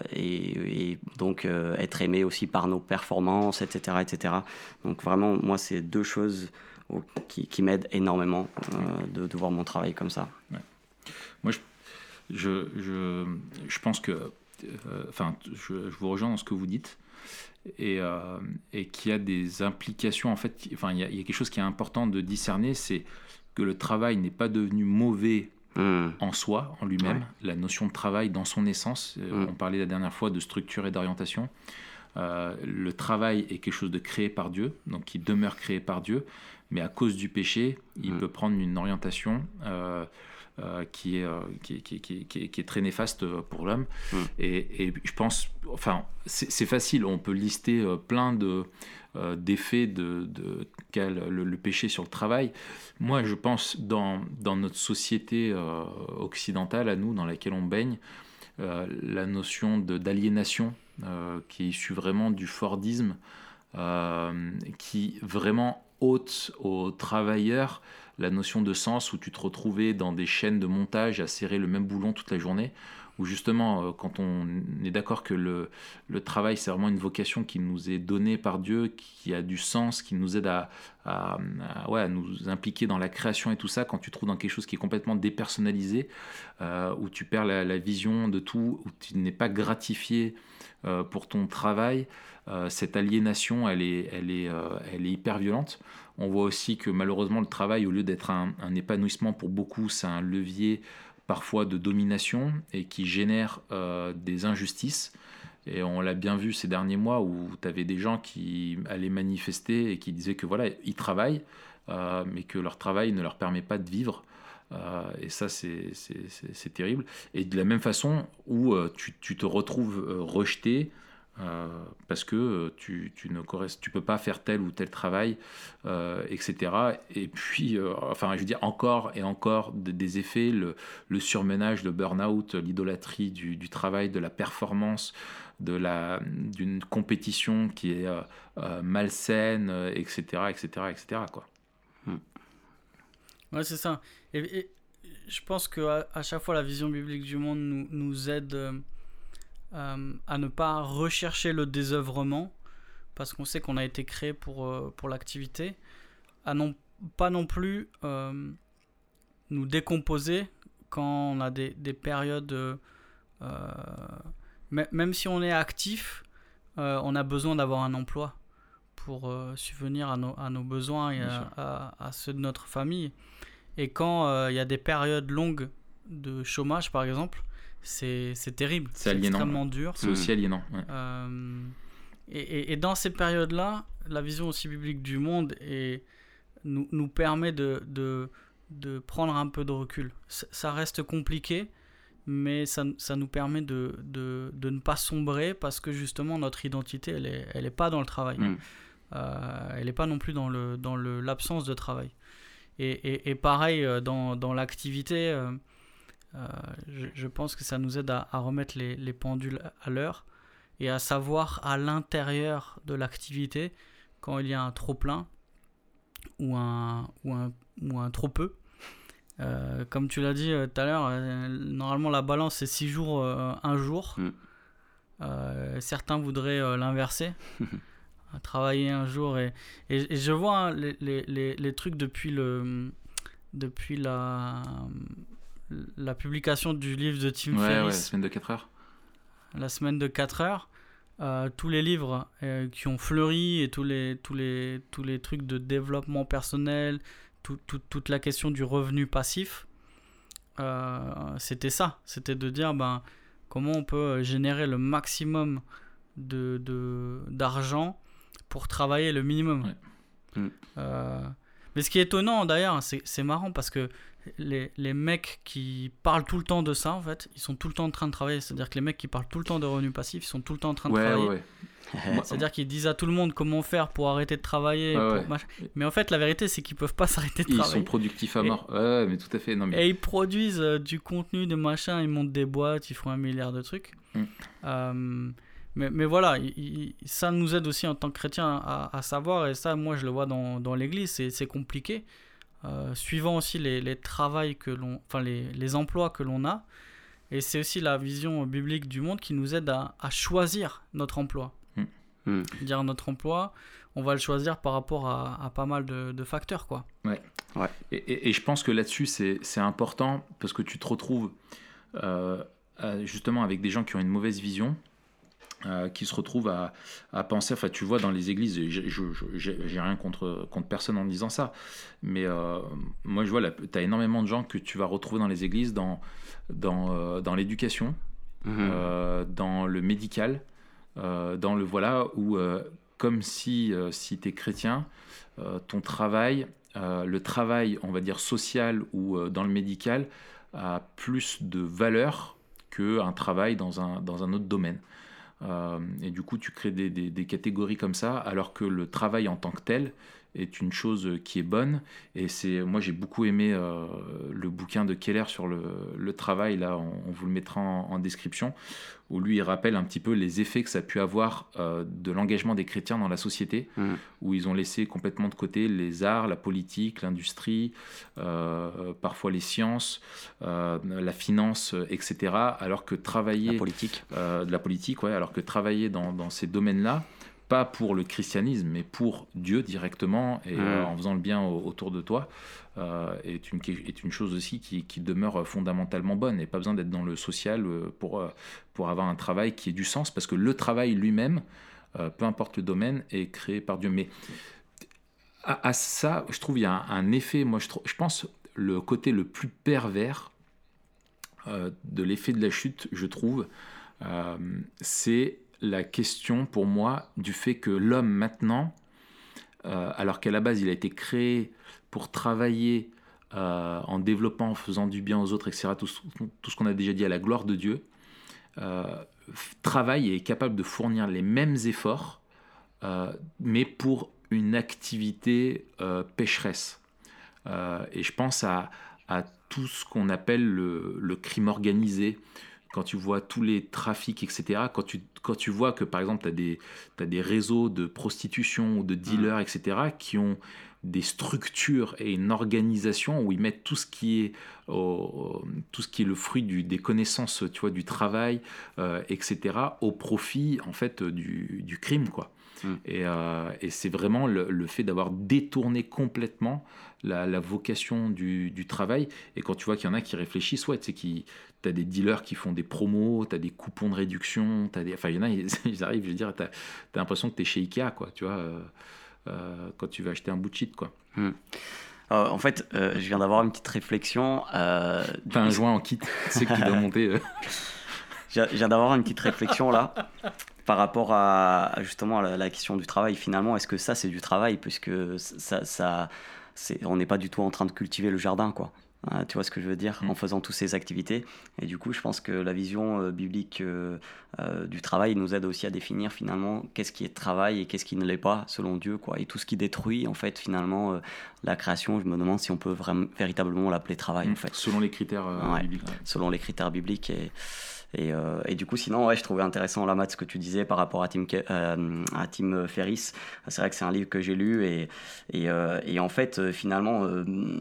et, et donc euh, être aimé aussi par nos performances, et cetera, et cetera. Donc vraiment, moi, c'est deux choses oh, qui, qui m'aident énormément euh, de, de voir mon travail comme ça. Ouais. Moi, je, je, je, je pense que, enfin, euh, je, je vous rejoins dans ce que vous dites. Et, euh, et qu'il y a des implications, en fait, enfin, il y a, il y a quelque chose qui est important de discerner, c'est que le travail n'est pas devenu mauvais mmh. en soi, en lui-même. Ouais. La notion de travail dans son essence, mmh. on parlait la dernière fois de structure et d'orientation. Euh, le travail est quelque chose de créé par Dieu, donc qui demeure créé par Dieu, mais à cause du péché, il mmh. peut prendre une orientation euh, Euh, qui, est, euh, qui, qui, qui, qui, qui est très néfaste pour l'homme. Mmh. Et, et je pense, enfin, c'est, c'est facile, on peut lister euh, plein de, euh, d'effets de, de quel, le, le péché sur le travail. Moi, je pense, dans, dans notre société euh, occidentale, à nous, dans laquelle on baigne, euh, la notion de, d'aliénation, euh, qui est issue vraiment du Fordisme, euh, qui vraiment ôte aux travailleurs la notion de sens, où tu te retrouvais dans des chaînes de montage à serrer le même boulon toute la journée, où justement, quand on est d'accord que le, le travail, c'est vraiment une vocation qui nous est donnée par Dieu, qui a du sens, qui nous aide à, à, à, ouais, à nous impliquer dans la création et tout ça, quand tu te trouves dans quelque chose qui est complètement dépersonnalisé, euh, où tu perds la, la vision de tout, où tu n'es pas gratifié euh, pour ton travail, euh, cette aliénation, elle est, elle est, euh, elle est hyper violente. On voit aussi que malheureusement le travail, au lieu d'être un, un épanouissement pour beaucoup, c'est un levier parfois de domination et qui génère euh, des injustices. Et on l'a bien vu ces derniers mois où tu avais des gens qui allaient manifester et qui disaient que voilà, ils travaillent, euh, mais que leur travail ne leur permet pas de vivre. Euh, et ça, c'est, c'est, c'est, c'est terrible. Et de la même façon où euh, tu, tu te retrouves euh, rejeté, Euh, parce que euh, tu, tu ne correspond, tu peux pas faire tel ou tel travail, euh, et cetera. Et puis, euh, enfin, je veux dire, encore et encore de, des effets, le, le surmenage, le burn-out, l'idolâtrie du, du travail, de la performance, de la, d'une compétition qui est euh, euh, malsaine, et cetera, et cetera, et cetera, quoi. Hmm. Ouais, c'est ça. Et, et je pense qu'à à chaque fois, la vision biblique du monde nous, nous aide... Euh... Euh, à ne pas rechercher le désœuvrement parce qu'on sait qu'on a été créé pour, euh, pour l'activité, à non pas non plus euh, nous décomposer quand on a des, des périodes euh, m- même si on est actif, euh, on a besoin d'avoir un emploi pour euh, subvenir à nos, à nos besoins et à, à, à ceux de notre famille. Et quand il euh, y a des périodes longues de chômage par exemple, C'est, c'est terrible, c'est, c'est aliénant, extrêmement dur. C'est aussi aliénant. Ouais. Euh, et, et, et dans ces périodes-là, la vision aussi biblique du monde est, nous, nous permet de, de, de prendre un peu de recul. Ça reste compliqué, mais ça, ça nous permet de, de, de ne pas sombrer parce que justement notre identité, elle n'est elle est pas dans le travail. Mmh. Euh, elle n'est pas non plus dans, le, dans le, l'absence de travail. Et, et, et pareil, dans, dans l'activité, euh, euh, je, je pense que ça nous aide à, à remettre les, les pendules à l'heure et à savoir à l'intérieur de l'activité quand il y a un trop-plein ou un, ou un, ou un trop-peu. Euh, comme tu l'as dit euh, tout à l'heure, euh, normalement la balance c'est six jours, euh, un jour. Mm. Euh, certains voudraient euh, l'inverser. Travailler un jour et, et, et je vois hein, les, les, les trucs depuis, le, depuis la, la publication du livre de Tim ouais, Ferriss. Ouais, la semaine de quatre heures. La semaine de quatre heures. Euh, tous les livres euh, qui ont fleuri et tous les, tous les, tous les trucs de développement personnel, tout, tout, toute la question du revenu passif, euh, c'était ça. C'était de dire ben, comment on peut générer le maximum de, de, d'argent pour travailler le minimum. Ouais. Mm. Euh, mais ce qui est étonnant d'ailleurs, c'est, c'est marrant parce que les, les mecs qui parlent tout le temps de ça, en fait, ils sont tout le temps en train de travailler. C'est-à-dire que les mecs qui parlent tout le temps de revenus passifs, ils sont tout le temps en train de ouais, travailler. Ouais, ouais. C'est-à-dire qu'ils disent à tout le monde comment faire pour arrêter de travailler. Ouais, pour ouais. Machin. Mais en fait, la vérité, c'est qu'ils peuvent pas s'arrêter de ils travailler. Ils sont productifs à mort. Et, ouais, mais tout à fait. Non, mais... Et ils produisent euh, du contenu, de machin, ils montent des boîtes, ils font un milliard de trucs. Mm. Euh, Mais, mais voilà, il, il, ça nous aide aussi en tant que chrétiens à, à savoir, et ça, moi, je le vois dans, dans l'église, c'est, c'est compliqué. Euh, suivant aussi les, les travails que l'on, enfin les, les emplois que l'on a, et c'est aussi la vision biblique du monde qui nous aide à, à choisir notre emploi. Mmh. Dire notre emploi, on va le choisir par rapport à, à pas mal de, de facteurs, quoi. Ouais. Ouais. Et, et, et je pense que là-dessus, c'est, c'est important parce que tu te retrouves euh, justement avec des gens qui ont une mauvaise vision. Euh, qui se retrouvent à, à penser, enfin tu vois dans les églises, je, je, je, j'ai rien contre, contre personne en disant ça, mais euh, moi je vois, tu as énormément de gens que tu vas retrouver dans les églises, dans, dans, euh, dans l'éducation, mmh. euh, dans le médical, euh, dans le voilà, où euh, comme si, euh, si tu es chrétien, euh, ton travail, euh, le travail on va dire social ou euh, dans le médical a plus de valeur qu'un travail dans un, dans un autre domaine. Euh, et du coup tu crées des, des, des catégories comme ça alors que le travail en tant que tel est une chose qui est bonne. Et c'est, moi j'ai beaucoup aimé euh, le bouquin de Keller sur le, le travail, là on, on vous le mettra en, en description, où lui il rappelle un petit peu les effets que ça a pu avoir euh, de l'engagement des chrétiens dans la société, mmh. où ils ont laissé complètement de côté les arts, la politique, l'industrie, euh, parfois les sciences, euh, la finance, et cetera. Alors que travailler... La politique. Euh, de la politique, ouais, alors que travailler dans, dans ces domaines-là, pas pour le christianisme, mais pour Dieu directement, et mmh. euh, en faisant le bien au, autour de toi, euh, est, une, est une chose aussi qui, qui demeure fondamentalement bonne. Et pas besoin d'être dans le social pour, pour avoir un travail qui ait du sens, parce que le travail lui-même, euh, peu importe le domaine, est créé par Dieu. Mais à, à ça, je trouve il y a un, un effet, moi je, je pense, le côté le plus pervers euh, de l'effet de la chute, je trouve, euh, c'est la question pour moi du fait que l'homme maintenant, euh, alors qu'à la base il a été créé pour travailler euh, en développant, en faisant du bien aux autres, et cetera, tout, tout ce qu'on a déjà dit à la gloire de Dieu, euh, travaille et est capable de fournir les mêmes efforts, euh, mais pour une activité euh, pécheresse. Euh, et je pense à, à tout ce qu'on appelle le, le crime organisé. Quand tu vois tous les trafics, et cetera, quand tu, quand tu vois que, par exemple, tu as des, t'as des réseaux de prostitution ou de dealers, mmh. et cetera, qui ont des structures et une organisation où ils mettent tout ce qui est, au, tout ce qui est le fruit du, des connaissances, tu vois, du travail, euh, et cetera, au profit, en fait, du, du crime, quoi. Mmh. Et, euh, et c'est vraiment le, le fait d'avoir détourné complètement la, la vocation du, du travail. Et quand tu vois qu'il y en a qui réfléchissent, ouais, tu sais, qui... T'as des dealers qui font des promos, t'as des coupons de réduction, t'as des... enfin il y en a, ils, ils arrivent, je veux dire, t'as, t'as l'impression que t'es chez Ikea, quoi, tu vois, euh, euh, quand tu vas acheter un bout de shit, quoi. Hmm. Euh, en fait, euh, je viens d'avoir une petite réflexion. Euh, t'as un joint en kit, c'est que tu dois monter. Euh. Je viens d'avoir une petite réflexion là, par rapport à justement à la, la question du travail. Finalement, est-ce que ça c'est du travail, puisque ça, ça, c'est, on n'est pas du tout en train de cultiver le jardin, quoi. euh, tu vois ce que je veux dire, mmh. en faisant toutes ces activités. Et du coup, je pense que la vision euh, biblique euh, euh, du travail nous aide aussi à définir finalement qu'est-ce qui est travail et qu'est-ce qui ne l'est pas selon Dieu, quoi. Et tout ce qui détruit en fait finalement euh, la création, je me demande si on peut vraiment véritablement l'appeler travail, mmh. en fait. Selon les critères euh, ouais, bibliques. Ouais. Selon les critères bibliques. Et Et, euh, et du coup, sinon, ouais, je trouvais intéressant, là, Matt, ce que tu disais par rapport à Tim, euh, à Tim Ferriss. C'est vrai que c'est un livre que j'ai lu et, et, euh, et en fait, euh, finalement, euh,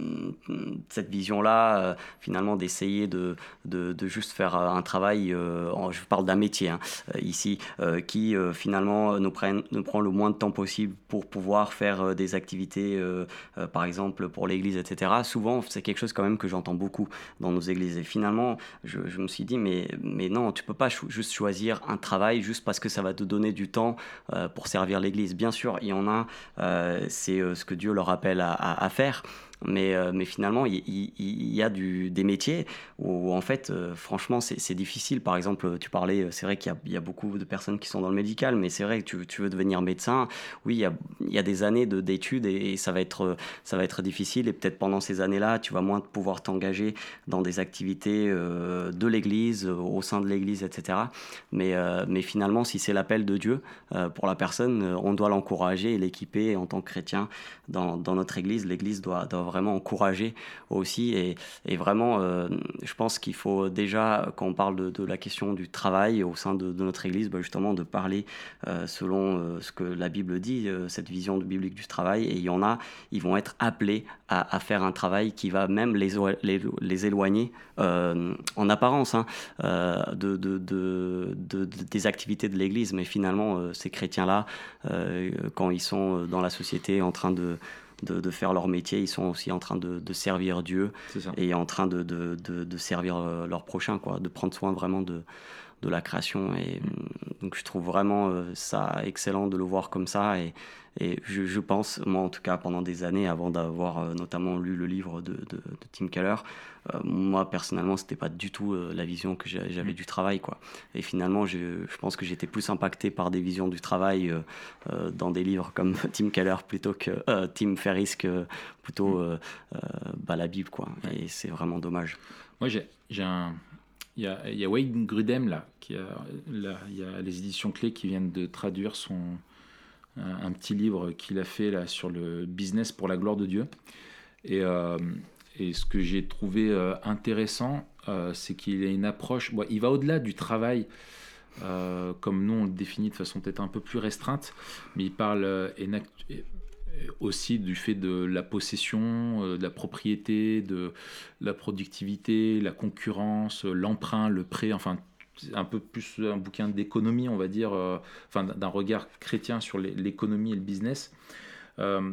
cette vision-là, euh, finalement, d'essayer de, de, de juste faire un travail, euh, je parle d'un métier hein, ici, euh, qui euh, finalement nous, prenne, nous prend le moins de temps possible pour pouvoir faire euh, des activités, euh, euh, par exemple, pour l'église, et cetera. Souvent, c'est quelque chose quand même que j'entends beaucoup dans nos églises. Et finalement, je, je me suis dit, mais Mais non, tu ne peux pas cho- juste choisir un travail juste parce que ça va te donner du temps euh, pour servir l'Église. Bien sûr, il y en a, euh, c'est euh, ce que Dieu leur appelle à, à, à faire. Mais, euh, mais finalement, il, il, il y a du, des métiers où, en fait, euh, franchement, c'est, c'est difficile. Par exemple, tu parlais, c'est vrai qu'il y a, il y a beaucoup de personnes qui sont dans le médical, mais c'est vrai que tu, tu veux devenir médecin. Oui, il y a, il y a des années de, d'études et, et ça va être, ça va être difficile. Et peut-être pendant ces années-là, tu vas moins pouvoir t'engager dans des activités euh, de l'Église, au sein de l'Église, et cetera. Mais, euh, mais finalement, si c'est l'appel de Dieu euh, pour la personne, on doit l'encourager et l'équiper en tant que chrétien dans, dans notre Église. L'Église doit, doit vraiment encourager aussi et, et vraiment euh, je pense qu'il faut déjà quand on parle de, de la question du travail au sein de, de notre église bah justement de parler euh, selon euh, ce que la Bible dit, euh, cette vision biblique du travail, et il y en a, ils vont être appelés à, à faire un travail qui va même les, les, les éloigner euh, en apparence hein, euh, de, de, de, de, de, des activités de l'église, mais finalement euh, ces chrétiens là euh, quand ils sont dans la société en train de De, de faire leur métier, ils sont aussi en train de, de servir Dieu et en train de, de, de, de servir euh, leur prochain, quoi, de prendre soin vraiment de, de la création. Et mmh. donc je trouve vraiment euh, ça excellent de le voir comme ça. Et, et je, je pense, moi en tout cas, pendant des années, avant d'avoir euh, notamment lu le livre de, de, de Tim Keller, euh, moi personnellement, c'était pas du tout euh, la vision que j'avais mmh. du travail, quoi. Et finalement, je, je pense que j'étais plus impacté par des visions du travail euh, euh, dans des livres comme Tim Keller plutôt que euh, Tim Ferriss que plutôt euh, euh, bah, la Bible, quoi. Ouais. Et c'est vraiment dommage. Moi, j'ai, j'ai un Il y, a, il y a Wayne Grudem, là, qui a, là, il y a les éditions Clés qui viennent de traduire son, un, un petit livre qu'il a fait là, sur le business pour la gloire de Dieu. Et, euh, et ce que j'ai trouvé euh, intéressant, euh, c'est qu'il a une approche... Bon, il va au-delà du travail, euh, comme nous on le définit de façon peut-être un peu plus restreinte, mais il parle... Euh, énact- aussi du fait de la possession, de la propriété, de la productivité, la concurrence, l'emprunt, le prêt, enfin un peu plus un bouquin d'économie, on va dire, euh, enfin d'un regard chrétien sur les, l'économie et le business. Euh,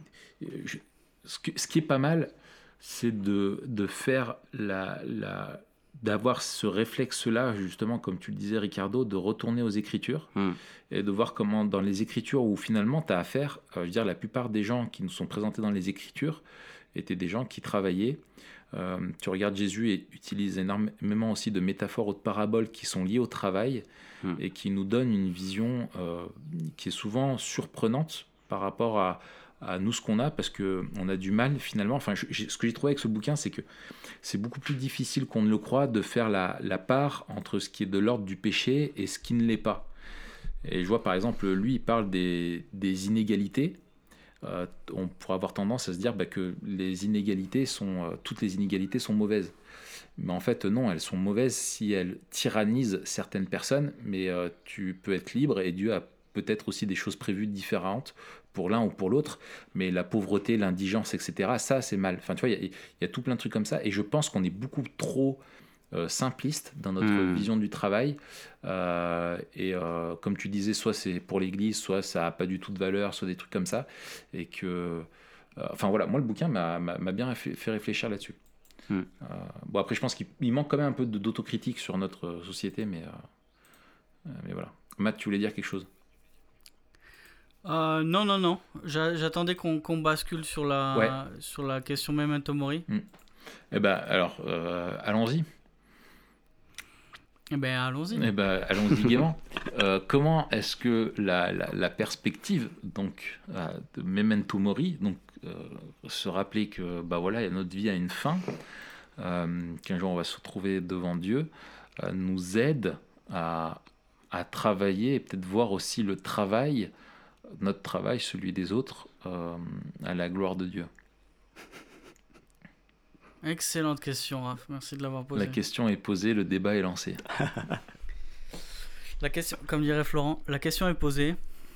je, ce, que, ce qui est pas mal, c'est de, de faire la... la d'avoir ce réflexe-là, justement, comme tu le disais, Ricardo, de retourner aux Écritures mmh. et de voir comment, dans les Écritures, où finalement, tu as affaire, euh, je veux dire, la plupart des gens qui nous sont présentés dans les Écritures étaient des gens qui travaillaient. Euh, tu regardes Jésus et utilise énormément aussi de métaphores ou de paraboles qui sont liées au travail mmh. et qui nous donnent une vision euh, qui est souvent surprenante par rapport à à nous ce qu'on a, parce qu'on a du mal finalement, enfin je, ce que j'ai trouvé avec ce bouquin, c'est que c'est beaucoup plus difficile qu'on ne le croit de faire la, la part entre ce qui est de l'ordre du péché et ce qui ne l'est pas. Et je vois par exemple, lui il parle des, des inégalités, euh, on pourrait avoir tendance à se dire bah, que les inégalités sont, euh, toutes les inégalités sont mauvaises. Mais en fait non, elles sont mauvaises si elles tyrannisent certaines personnes, mais euh, tu peux être libre et Dieu a peut-être aussi des choses prévues différentes pour l'un ou pour l'autre, mais la pauvreté, l'indigence, et cetera, ça c'est mal. Enfin, tu vois, il y, y a tout plein de trucs comme ça, et je pense qu'on est beaucoup trop euh, simpliste dans notre mmh. vision du travail. Euh, et euh, comme tu disais, soit c'est pour l'église, soit ça n'a pas du tout de valeur, soit des trucs comme ça. Et que, euh, enfin voilà, moi le bouquin m'a, m'a, m'a bien fait réfléchir là-dessus. Mmh. Euh, bon, après, je pense qu'il manque quand même un peu de, d'autocritique sur notre société, mais, euh, mais voilà. Matt, tu voulais dire quelque chose ? Euh, non, non, non. J'a- j'attendais qu'on, qu'on bascule sur la, ouais. sur la question Memento Mori. Mmh. Eh ben, alors, euh, allons-y. Eh ben, allons-y. Eh ben, allons-y gaiement. euh, comment est-ce que la, la, la perspective donc, euh, de Memento Mori, donc, euh, se rappeler que bah, voilà, notre vie a une fin, euh, qu'un jour on va se retrouver devant Dieu, euh, nous aide à, à travailler et peut-être voir aussi le travail, notre travail, celui des autres, euh, à la gloire de Dieu. Excellente question, Raph. Merci de l'avoir posée. La question est posée, le débat est lancé. La question, comme dirait Florent, la question est posée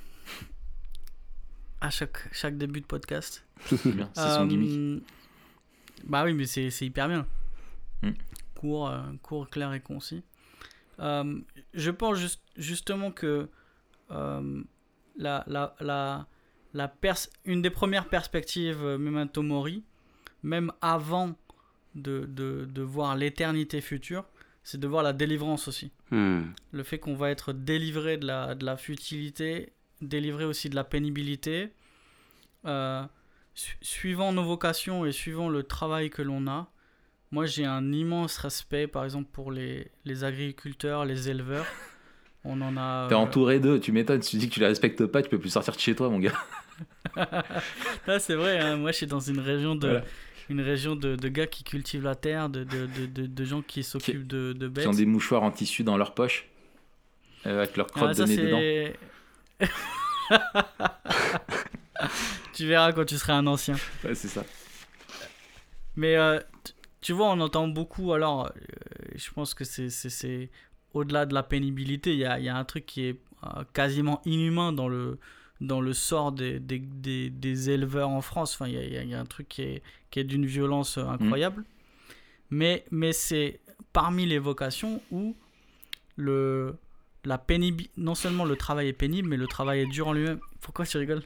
à chaque, chaque début de podcast. C'est bien, c'est son euh, gimmick. Bah oui, mais c'est, c'est hyper bien. Mm. Court, euh, court, clair et concis. Euh, je pense juste, justement que euh, la, la, la, la pers- une des premières perspectives euh, Memento Mori, même avant de, de, de voir l'éternité future, c'est de voir la délivrance aussi. Hmm. Le fait qu'on va être délivré de la, de la futilité, délivré aussi de la pénibilité, euh, su- suivant nos vocations et suivant le travail que l'on a. Moi, j'ai un immense respect, par exemple, pour les, les agriculteurs, les éleveurs. On en a... T'es euh, entouré d'eux, tu m'étonnes, si tu dis que tu les respectes pas, tu peux plus sortir de chez toi, mon gars. Là, c'est vrai, hein, moi, je suis dans une région de... Voilà. Une région de, de gars qui cultivent la terre, de, de, de, de, de gens qui s'occupent de, de bêtes. Qui ont des mouchoirs en tissu dans leur poche, euh, avec leur crotte Ah, de ça, nez c'est... dedans. Tu verras quand tu seras un ancien. Ouais, c'est ça. Mais euh, t- tu vois, on entend beaucoup. Alors, euh, je pense que c'est, c'est, c'est au-delà de la pénibilité. Il y a, il y a un truc qui est euh, quasiment inhumain dans le, dans le sort des, des, des, des éleveurs en France. Enfin, il y a, il y a- il y a un truc qui est, qui est d'une violence euh, incroyable. Mmh. Mais, mais c'est parmi les vocations où le, la pénibi- non seulement le travail est pénible, mais le travail est dur en lui-même. Pourquoi tu rigoles?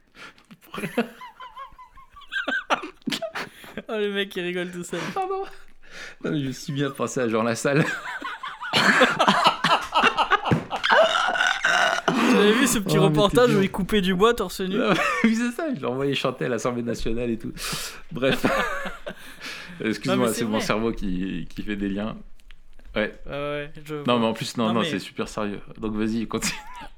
Oh, le mec, il rigole tout seul. Pardon. Non, mais je suis bien pensé à Jean Lassalle. Tu avais vu ce petit Oh, reportage où il coupait du bois torse nu? Oui, c'est ça, je l'ai envoyé chanter à l'Assemblée nationale et tout. Bref. Excuse-moi, c'est, c'est mon cerveau qui, qui fait des liens. Ouais. Ah ouais, je Non, vois. mais en plus, non, Non, non, mais- c'est super sérieux. Donc vas-y, continue.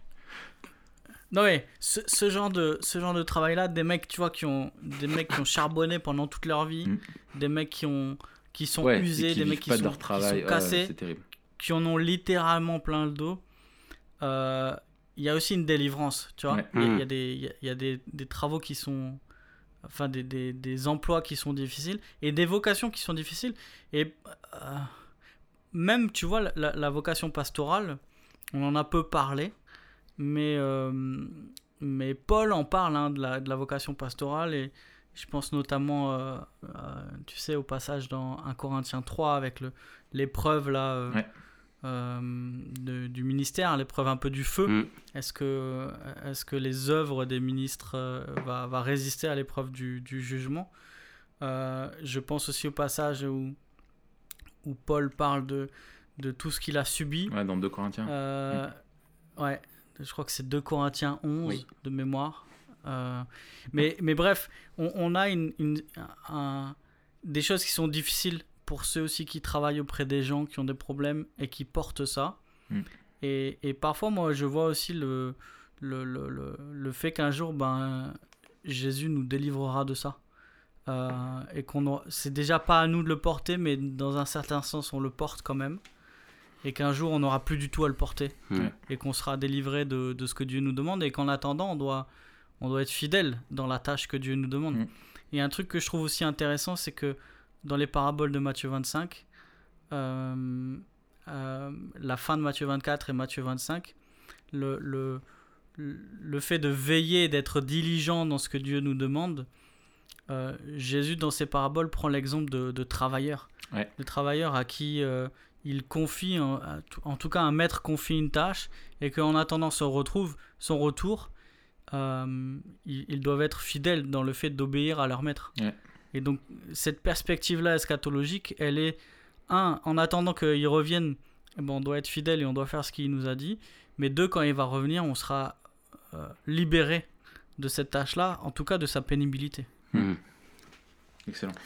Non mais ce, ce genre de ce genre de travail là, des mecs tu vois qui ont des mecs qui ont charbonné pendant toute leur vie, Mm. des mecs qui ont qui sont Ouais, usés, et qui des vivent mecs qui pas sont, de leur qui travail, sont ouais, cassés, c'est terrible. qui en ont littéralement plein le dos. Euh, Il y a aussi une délivrance, tu vois. Ouais. Il y a- il y a, Mm. des il y a, il y a des, des travaux qui sont enfin des, des, des emplois qui sont difficiles et des vocations qui sont difficiles et euh, même tu vois la, la, la vocation pastorale, on en a peu parlé, mais euh, mais Paul en parle hein, de, la, de la vocation pastorale et je pense notamment euh, euh, tu sais au passage dans un Corinthiens trois avec le, l'épreuve là euh, Ouais. euh, de, du ministère, l'épreuve un peu du feu. Mm. Est-ce que, est-ce que les œuvres des ministres euh, va, va résister à l'épreuve du, du jugement? Euh, je pense aussi au passage où, où Paul parle de, de tout ce qu'il a subi. Ouais, dans deux Corinthiens. Euh, Ouais, je crois que c'est deux Corinthiens onze Oui. de mémoire. Euh, mais, mais bref, on, on a une, une, un, des choses qui sont difficiles pour ceux aussi qui travaillent auprès des gens qui ont des problèmes et qui portent ça. Mm. Et, et parfois, moi, je vois aussi le, le, le, le, le fait qu'un jour, ben, Jésus nous délivrera de ça. Euh, et qu'on aura- c'est déjà pas à nous de le porter, mais dans un certain sens, on le porte quand même. Et qu'un jour, on n'aura plus du tout à le porter. Mm. Et qu'on sera délivré de, de ce que Dieu nous demande. Et qu'en attendant, on doit, on doit être fidèle dans la tâche que Dieu nous demande. Mm. Et un truc que je trouve aussi intéressant, c'est que dans les paraboles de Matthieu vingt-cinq, euh, euh, la fin de Matthieu vingt-quatre et Matthieu vingt-cinq, le, le, le fait de veiller, d'être diligent dans ce que Dieu nous demande, euh, Jésus, dans ses paraboles, prend l'exemple de, de travailleurs. Ouais. De travailleurs à qui euh, il confie, en, à tout- en tout cas un maître confie une tâche, et qu'en attendant son, retrouve, son retour, euh, ils, ils doivent être fidèles dans le fait d'obéir à leur maître. Ouais. Et donc, cette perspective-là eschatologique, elle est, un, en attendant qu'il revienne, eh ben, on doit être fidèle et on doit faire ce qu'il nous a dit, mais deux, quand il va revenir, on sera euh, libéré de cette tâche-là, en tout cas de sa pénibilité. Mm. Excellent.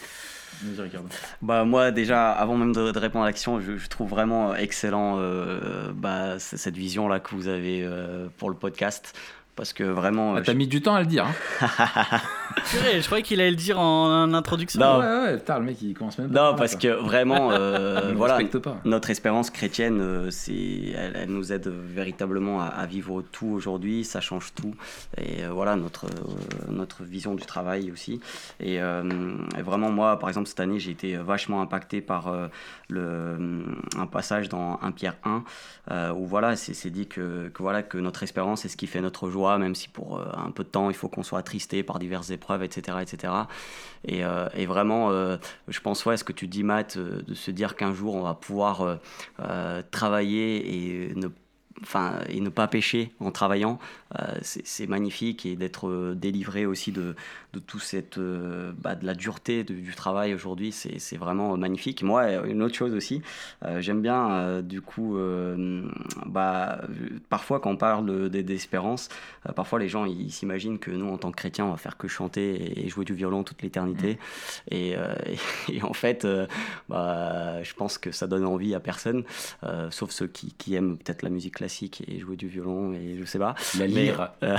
Vas-y, Ricardo. Bah, moi, déjà, avant même de, de répondre à la question, je, je trouve vraiment excellent euh, bah, c- cette vision-là que vous avez euh, pour le podcast. Parce que vraiment. Ah, euh, t'as je- mis du temps à le dire. Hein. Purée, je croyais qu'il allait le dire en, en introduction. Non. Ouais, ouais, putain, le mec il commence même pas. Non, par là, parce quoi. que vraiment, euh, Il nous voilà, respecte pas. notre espérance chrétienne, euh, c'est, elle, elle nous aide véritablement à, à vivre tout aujourd'hui, ça change tout. Et euh, voilà, notre, euh, notre vision du travail aussi. Et, euh, et vraiment, moi, par exemple, cette année, j'ai été vachement impacté par euh, le, un passage dans un Pierre un, euh, où voilà, c'est, c'est dit que, que, voilà, que notre espérance est ce qui fait notre joie, même si pour euh, un peu de temps, il faut qu'on soit attristé par diverses épreuves, et cetera, et cetera. Et, euh, et vraiment, euh, je pense, ouais, ce que tu dis, Matt, euh, de se dire qu'un jour, on va pouvoir euh, euh, travailler et ne, enfin, et ne pas pécher en travaillant, euh, c'est, c'est magnifique. Et d'être euh, délivré aussi de, de tout cette, euh, bah, de la dureté de- du travail aujourd'hui, c'est, c'est vraiment magnifique. Moi, une autre chose aussi, euh, j'aime bien, euh, du coup, euh, bah, parfois quand on parle de, de- d'espérance, euh, parfois les gens ils s'imaginent que nous, en tant que chrétiens, on va faire que chanter et, et jouer du violon toute l'éternité. Et, euh, et, et en fait, euh, bah, je pense que ça donne envie à personne, euh, sauf ceux qui, qui aiment peut-être la musique classique et jouer du violon et je sais pas. La Mais, lyre. euh,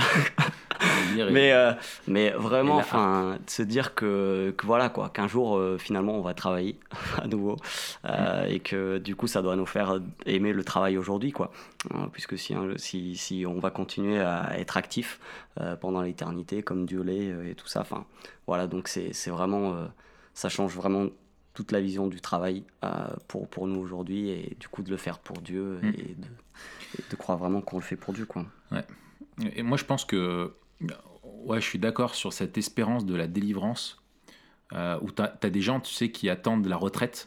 La lyre est- mais, euh, mais vraiment, Et la enfin, de se dire que, que voilà quoi, qu'un jour euh, finalement on va travailler à nouveau euh, et que du coup ça doit nous faire aimer le travail aujourd'hui quoi, Euh, puisque si, hein, si, si on va continuer à être actif euh, pendant l'éternité comme Dieu l'est euh, et tout ça, enfin voilà, donc c'est, c'est vraiment, euh, ça change vraiment toute la vision du travail euh, pour, pour nous aujourd'hui et du coup de le faire pour Dieu Mm. et, de, et de croire vraiment qu'on le fait pour Dieu quoi. Ouais. Et moi, je pense que. Ouais, je suis d'accord sur cette espérance de la délivrance, euh, où tu as des gens, tu sais, qui attendent la retraite.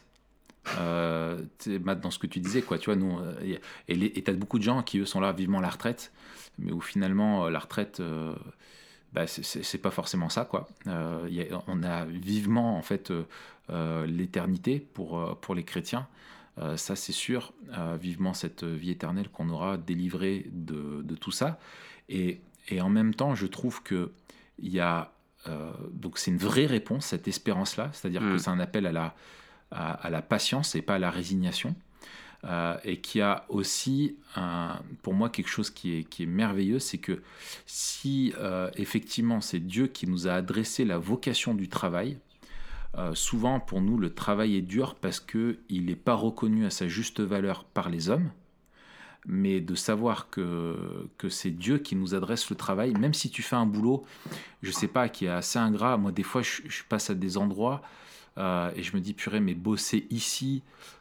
Euh, tu sais, Matt, dans ce que tu disais, quoi, tu vois, nous, euh, et tu as beaucoup de gens qui, eux, sont là vivement la retraite, mais où finalement, euh, la retraite, euh, bah, c'est- c'est c'est pas forcément ça, quoi. Euh, y a- on a vivement, en fait, euh, euh, l'éternité pour, euh, pour les chrétiens. Euh, ça, c'est sûr. Euh, vivement cette vie éternelle qu'on aura délivrée de, de tout ça. Et, et en même temps, je trouve que il y a euh, donc c'est une vraie réponse, cette espérance-là, c'est-à-dire Mm. que c'est un appel à la, à, à la patience et pas à la résignation. Euh, et qui a aussi, un, pour moi, quelque chose qui est, qui est merveilleux, c'est que si euh, effectivement c'est Dieu qui nous a adressé la vocation du travail, euh, souvent pour nous le travail est dur parce qu'il n'est pas reconnu à sa juste valeur par les hommes, mais de savoir que, que c'est Dieu qui nous adresse le travail, même si tu fais un boulot, je sais pas, qui est assez ingrat. Moi, des fois, je, je passe à des endroits euh, et je me dis, purée, mais bosser ici,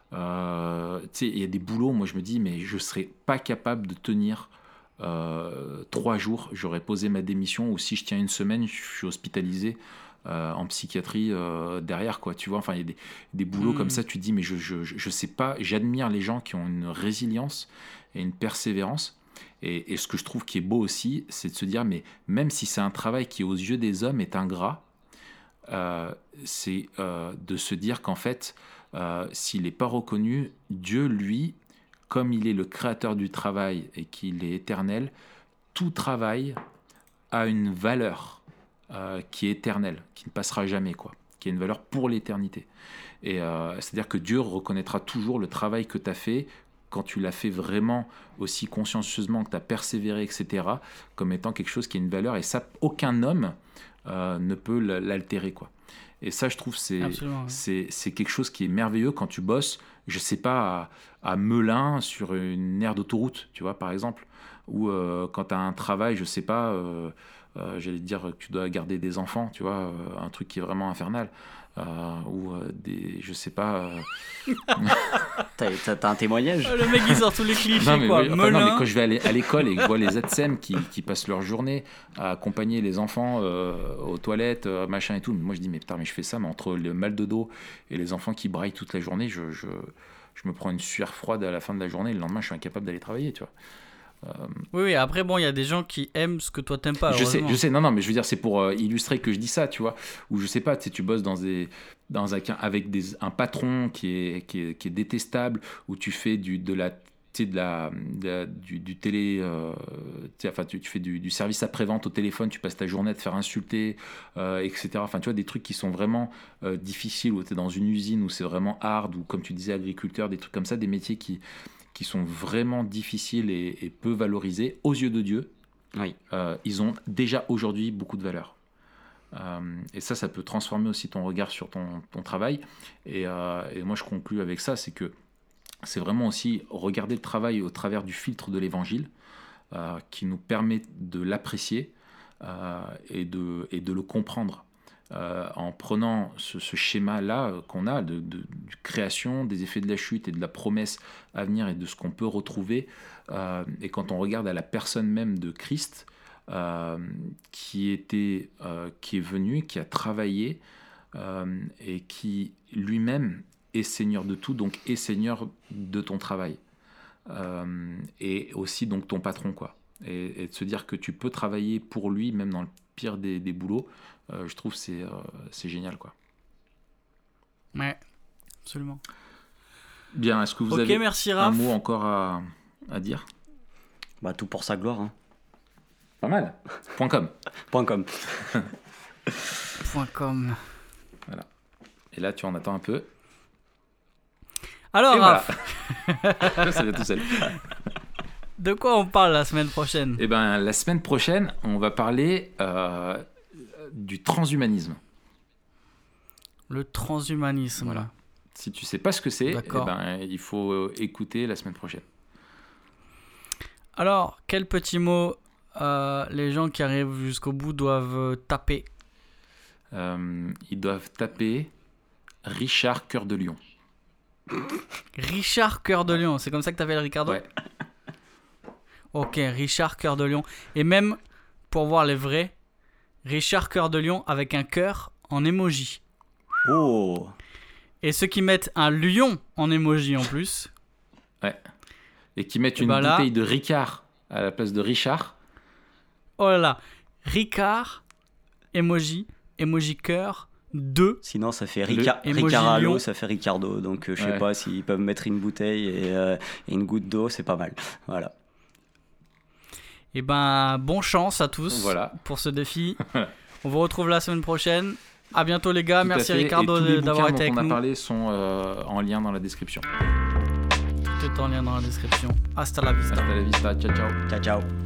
euh, tu sais, il y a des boulots, moi, je me dis, mais je serais pas capable de tenir euh, trois jours. J'aurais posé ma démission, ou si je tiens une semaine, je suis hospitalisé. Euh, en psychiatrie euh, derrière quoi, tu vois, enfin il y a des, des boulots Mmh. comme ça, tu te dis mais je, je, je sais pas, j'admire les gens qui ont une résilience et une persévérance. Et, et ce que je trouve qui est beau aussi, c'est de se dire, mais même si c'est un travail qui aux yeux des hommes est ingrat, euh, c'est euh, de se dire qu'en fait, euh, s'il n'est pas reconnu, Dieu, lui, comme il est le créateur du travail et qu'il est éternel, tout travail a une valeur euh, qui est éternelle, qui ne passera jamais, quoi, qui a une valeur pour l'éternité. Et euh, c'est-à-dire que Dieu reconnaîtra toujours le travail que tu as fait, quand tu l'as fait vraiment aussi consciencieusement, que tu as persévéré, et cetera, comme étant quelque chose qui a une valeur, et ça, aucun homme euh, ne peut l'altérer, quoi. Et ça, je trouve, c'est, Absolument, ouais. c'est, c'est quelque chose qui est merveilleux quand tu bosses, je sais pas, à, à Melun, sur une aire d'autoroute, tu vois, par exemple, ou euh, quand tu as un travail, je sais pas, euh, euh, j'allais te dire que tu dois garder des enfants, tu vois, euh, un truc qui est vraiment infernal. Euh, ou euh, des, je sais pas. Euh... T'as, t'as, t'as un témoignage? Oh, le mec il sort tous les clichés non, mais, quoi. oui, enfin, Melun. non, mais quand je vais aller à l'école et que je vois les A T S E M qui, qui passent leur journée à accompagner les enfants euh, aux toilettes, euh, machin et tout, moi je dis mais putain, mais je fais ça, mais entre le mal de dos et les enfants qui braillent toute la journée, je, je, je me prends une sueur froide à la fin de la journée. Et le lendemain, je suis incapable d'aller travailler, tu vois. Euh... Oui, oui, après, bon, il y a des gens qui aiment ce que toi t'aimes pas. Je sais, heureusement. je sais, non, non, mais je veux dire, c'est pour euh, illustrer que je dis ça, tu vois. Ou je sais pas, tu sais, tu bosses dans des, dans un, avec des, un patron qui est, qui, est, qui est détestable, où tu fais du, de la tu de la, de la, du, du télé, euh, enfin, tu, tu fais du, du service après-vente au téléphone, tu passes ta journée à te faire insulter, euh, et cetera. Enfin, tu vois, des trucs qui sont vraiment euh, difficiles, où tu es dans une usine, où c'est vraiment hard, ou comme tu disais, agriculteur, des trucs comme ça, des métiers qui, qui sont vraiment difficiles et, et peu valorisés aux yeux de Dieu. Oui. Euh, ils ont déjà aujourd'hui beaucoup de valeur. Euh, et ça, ça peut transformer aussi ton regard sur ton, ton travail. Et, euh, et moi, je conclus avec ça, c'est que c'est vraiment aussi regarder le travail au travers du filtre de l'évangile euh, qui nous permet de l'apprécier euh, et, de, et de le comprendre euh, en prenant ce, ce schéma-là qu'on a de, de, de création, des effets de la chute et de la promesse à venir et de ce qu'on peut retrouver. Euh, et quand on regarde à la personne même de Christ euh, qui, était, euh, qui est venu, qui a travaillé euh, et qui lui-même est Seigneur de tout, donc est Seigneur de ton travail. Euh, et aussi donc ton patron, quoi. Et, et de se dire que tu peux travailler pour lui, même dans le pire des, des boulots, euh, je trouve que c'est, euh, c'est génial, quoi. Ouais, absolument. Bien, est-ce que vous okay, avez merci, un mot encore à, à dire? Bah, tout pour sa gloire. Hein. Pas mal. Point com. Point com. Point com. Voilà. Et là, tu en attends un peu. Alors, Raph, voilà. Ça vient tout seul. De quoi on parle la semaine prochaine? Eh ben, la semaine prochaine, on va parler euh, du transhumanisme. Le transhumanisme. Voilà. Si tu sais pas ce que c'est, eh ben, il faut écouter la semaine prochaine. Alors, quel petit mot euh, les gens qui arrivent jusqu'au bout doivent taper? euh, Ils doivent taper Richard Cœur de Lion. Richard Cœur de Lion, c'est comme ça que t'appelles Ricardo? Ouais. Ok, Richard Cœur de Lion. Et même, pour voir les vrais, Richard Cœur de Lion avec un cœur en emoji. Oh. Et ceux qui mettent un lion en emoji en plus. Ouais. Et qui mettent et une ben bouteille là, de Ricard à la place de Richard. Oh là là. Ricard, emoji, emoji cœur, deux. Sinon, ça fait Rica- Ricardo, ça fait Ricardo. Donc, euh, je sais ouais. pas s'ils peuvent mettre une bouteille et, euh, et une goutte d'eau, c'est pas mal. Voilà. Et ben, bon chance à tous voilà. pour ce défi. On vous retrouve la semaine prochaine. À bientôt les gars. Tout Merci à fait. Ricardo et tous les d'avoir été avec nous. dont on a parlé sont euh, en lien dans la description. Tout est en lien dans la description. Hasta la vista. Hasta la vista. Ciao, ciao. Ciao, ciao.